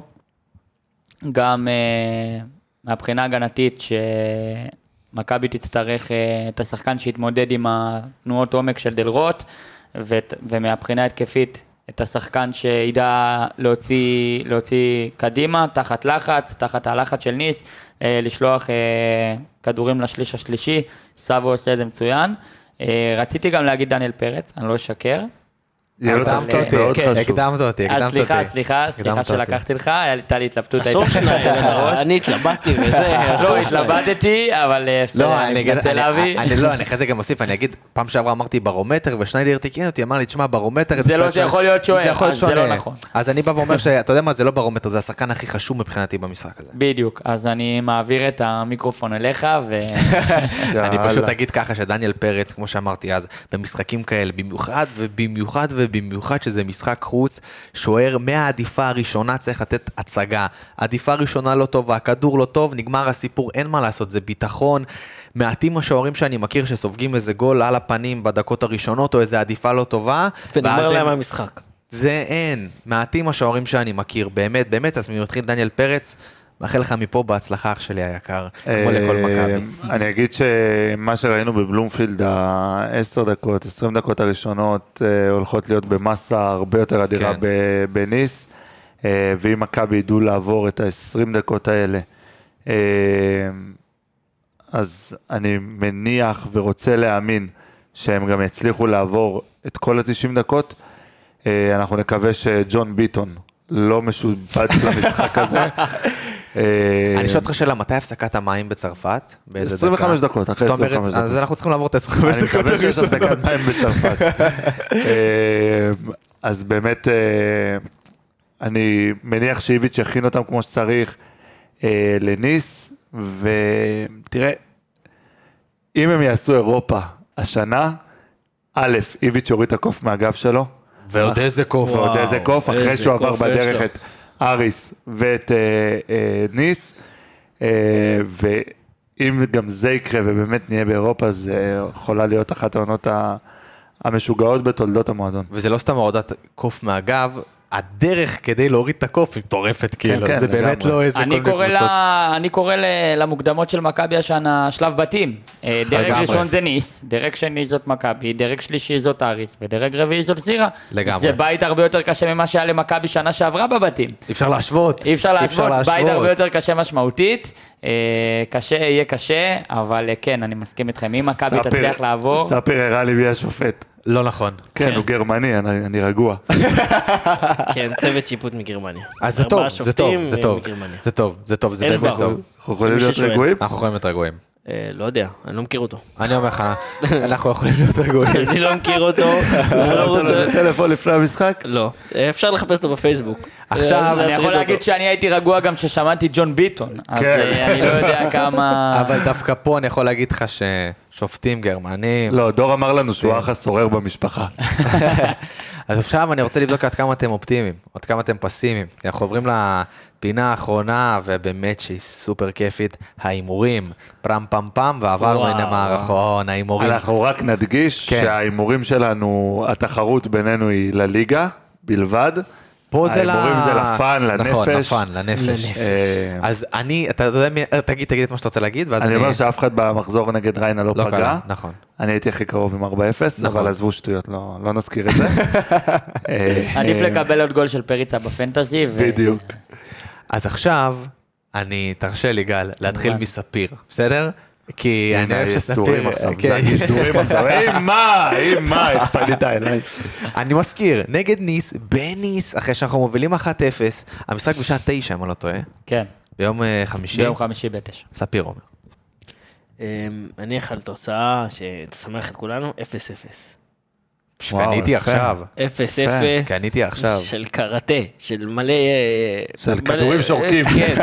גם אה, מהבחינה ההגנתית שמכבי תצטרך אה, את השחקן שהתמודד עם התנועות עומק של דלרוט, ואת- ומהבחינה ההתקפית את השחקן שידע להוציא, להוציא קדימה, תחת לחץ, תחת הלחץ של ניס, אה, לשלוח אה, כדורים לשליש השלישי, סאבו עושה את זה מצוין. אה, רציתי גם להגיד דניאל פרץ, אני לא אשקר. יהיה לו הקדמת תפקיד אותי, מאוד כן, חשוב. הקדמת אותי, הקדמת אז אותי. סליחה, סליחה, סליחה הקדמת אותי. שלקחתי לך, הייתה לי התלבטות. אסור הייתה- שניים, אני התלבטתי וזה, לא, אסור שניים. התלבטתי, אבל אה, בסדר, לא, אני אני אגיד, מתנצל אני- להביא. אני לא, אני אחרי זה גם אוסיף, אני אגיד, פעם שעברה אמרתי ברומטר, ושניידר תיקן אותי, אמר לי, תשמע, ברומטר... זה לא קצת שיכול שונה." להיות שוער, זה יכול להיות אז זה לא שונה. נכון. אז אני בא ואומר שאתה יודע מה, זה לא ברומטר, זה השחקן הכי חשוב מבחינתי במשחק הזה. בדיוק, אז אני מעביר את המיקרופון אליך, ו... אני יאללה. פשוט אגיד ככה שדניאל פרץ, כמו שאמרתי אז, במשחקים כאלה, במיוחד ובמיוחד ובמיוחד שזה משחק חוץ, שוער מהעדיפה הראשונה צריך לתת הצגה. עדיפה הראשונה לא טובה, הכדור לא טוב, נגמר הסיפור, אין מה לעשות, זה ביטחון. מעטים השוערים שאני מכיר שסופגים איזה גול על הפנים בדקות הראשונות, או איזה עדיפה לא טובה. ונגמר ואז להם הם- המשחק. זה אין, מעטים השוערים שאני מכיר, באמת, באמת, אז מתחיל דניאל פרץ, מאחל לך מפה בהצלחה אח שלי היקר, כמו לכל מכבי. אה, אני אגיד שמה שראינו בבלומפילד, ה-עשר דקות, עשרים דקות הראשונות, אה, הולכות להיות במסה הרבה יותר אדירה כן. ב- בניס, אה, ואם מכבי ידעו לעבור את ה-עשרים דקות האלה, אה, אז אני מניח ורוצה להאמין שהם גם יצליחו לעבור את כל ה-תשעים דקות. אנחנו נקווה שג'ון ביטון לא משובץ למשחק הזה. אני שואל אותך שאלה, מתי הפסקת המים בצרפת? באיזה עשרים וחמש דקות, אחרי עשרים וחמש דקות. אז אנחנו צריכים לעבור את עשרים וחמש דקות. אני מקווה שיש הפסקת מים בצרפת. אז באמת, אני מניח שאיביץ' יכין אותם כמו שצריך לניס, ותראה, אם הם יעשו אירופה השנה, א', איביץ' יוריד את הקוף מהגב שלו, ועוד איזה קוף. ועוד איזה קוף, אחרי שהוא עבר בדרך את אריס ואת ניס, ואם גם זה יקרה ובאמת נהיה באירופה, זה יכולה להיות אחת העונות המשוגעות בתולדות המועדון. וזה לא סתם הורדת קוף מהגב, הדרך כדי להוריד את הקוף היא מטורפת, כאילו, זה באמת לא איזה כל מיני קבוצות. אני קורא למוקדמות של מכבי השנה שלב בתים. דרג ראשון זה ניס, דרג שני זאת מכבי, דרג שלישי זאת אריס, ודרג רביעי זאת זירה. לגמרי. זה בית הרבה יותר קשה ממה שהיה למכבי שנה שעברה בבתים. אי אפשר להשוות. אי אפשר להשוות, בית הרבה יותר קשה משמעותית. קשה יהיה קשה, אבל כן, אני מסכים איתכם. אם מכבי תצליח לעבור... ספיר הראה לי מי השופט. לא נכון. כן, הוא גרמני, אני רגוע. כן, צוות שיפוט מגרמניה. אז זה טוב, זה טוב, זה טוב. זה טוב, זה טוב, זה באמת טוב. אנחנו יכולים להיות רגועים? אנחנו יכולים להיות רגועים. לא יודע, אני לא מכיר אותו. אני אומר לך, אנחנו יכולים להיות רגועים. אני לא מכיר אותו. לא רוצה טלפון לפני המשחק? לא. אפשר לחפש אותו בפייסבוק. עכשיו, אני יכול להגיד שאני הייתי רגוע גם ששמעתי ג'ון ביטון, אז אני לא יודע כמה... אבל דווקא פה אני יכול להגיד לך ששופטים גרמנים... לא, דור אמר לנו שהוא אח הסורר במשפחה. אז עכשיו אני רוצה לבדוק עד כמה אתם אופטימיים, עד כמה אתם פסימיים. אנחנו עוברים לפינה האחרונה, ובאמת שהיא סופר כיפית, ההימורים, פרם פם פם, ועברנו הנה מערכון, ההימורים. אנחנו רק נדגיש שההימורים שלנו, התחרות בינינו היא לליגה בלבד. פה זה ההימורים זה לפן, לנפש. נכון, לפן, לנפש. אז אני, אתה יודע, תגיד, תגיד את מה שאתה רוצה להגיד, ואז אני... אני אומר שאף אחד במחזור נגד ריינה לא פגע. נכון. אני הייתי הכי קרוב עם ארבע אפס, אבל עזבו שטויות, לא נזכיר את זה. עדיף לקבל עוד גול של פריצה בפנטזי. בדיוק. אז עכשיו, אני, תרשה לי גל, להתחיל מספיר, בסדר? כי אני אוהב שספיר... זה הגשדורים עכשיו, היי מה, היי מה, איך פנית אליי. אני מזכיר, נגד ניס, בניס, אחרי שאנחנו מובילים אחת אפס, המשחק בשעה תשע, אם אני לא טועה. כן. ביום חמישי. ביום חמישי בתשע. ספיר אומר. אני אחל תוצאה שתשמח את כולנו, אפס אפס. קניתי עכשיו. אפס אפס. קניתי עכשיו. של קראטה, של מלא... של כדורים שורקים. כן.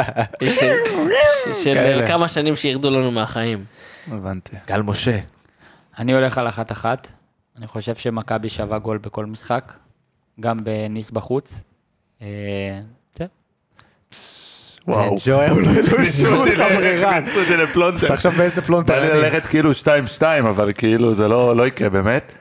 של כמה שנים שירדו לנו מהחיים. הבנתי. גל משה. אני הולך על אחת אחת. אני חושב שמכבי שווה גול בכל משחק. גם בניס בחוץ. וואו. ג'וי, הוא לא אישור לך ברירה. ניסו אותי לפלונטר. אתה עכשיו באיזה פלונטר. בא לי ללכת כאילו שתיים שתיים, אבל כאילו זה לא יקרה באמת.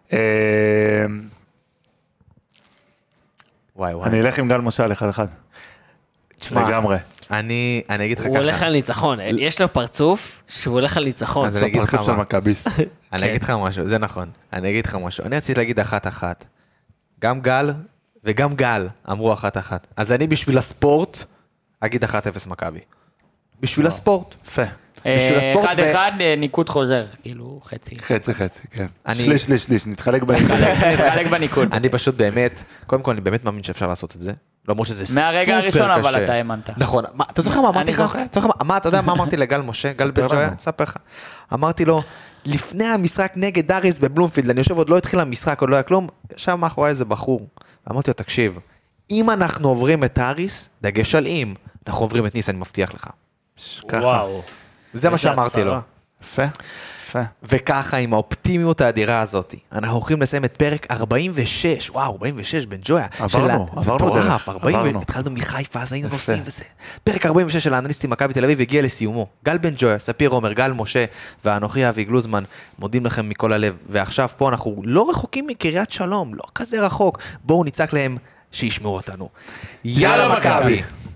וואי וואי. אני אלך עם גל משה אחד אחד. תשמע, לגמרי. אני אגיד לך ככה. הוא הולך על ניצחון, יש לו פרצוף שהוא הולך על ניצחון. אז אני אגיד לך פרצוף של מה. מכביסט. אני אגיד לך משהו, זה נכון. אני אגיד לך משהו. אני רציתי להגיד אחת אחת. גם גל וגם גל אמרו אחת אחת. אז אני בשביל הספורט אגיד אחת אפס מכבי. בשביל הספורט. יפה. אחד אחד ניקוד חוזר, כאילו חצי. חצי חצי, כן. שליש שליש שליש, נתחלק בניקוד. נתחלק בניקוד. אני פשוט באמת, קודם כל אני באמת מאמין שאפשר לעשות את זה. למרות שזה סופר קשה. מהרגע הראשון אבל אתה האמנת. נכון. אתה זוכר מה אמרתי לך? אתה יודע מה אמרתי לגל משה? גל בן ג'ויה? ספר לך. אמרתי לו, לפני המשחק נגד אריס בבלומפילד, אני יושב עוד לא התחיל המשחק, עוד לא היה כלום, שם מאחורי איזה בחור. אמרתי לו, תקשיב, אם אנחנו עוברים את אריס, דגש על אם, אנחנו עוברים את ניס, אני מבטיח לך. וואו. זה מה שאמרתי לו. יפה, יפה. וככה, עם האופטימיות האדירה הזאת, אנחנו הולכים לסיים את פרק ארבעים ושש, וואו, ארבעים ושש בן ג'ויה. עברנו, עברנו דרך. עברנו. התחלנו מחיפה, אז היינו נוסעים וזה. פרק ארבעים ושש של האנליסטים מכבי תל אביב הגיע לסיומו. גל בן ג'ויה, ספיר עומר, גל משה, ואנוכי אבי גלוזמן, מודים לכם מכל הלב. ועכשיו פה אנחנו לא רחוקים מקריית שלום, לא כזה רחוק. בואו נצעק להם שישמעו אותנו. יאללה מכבי!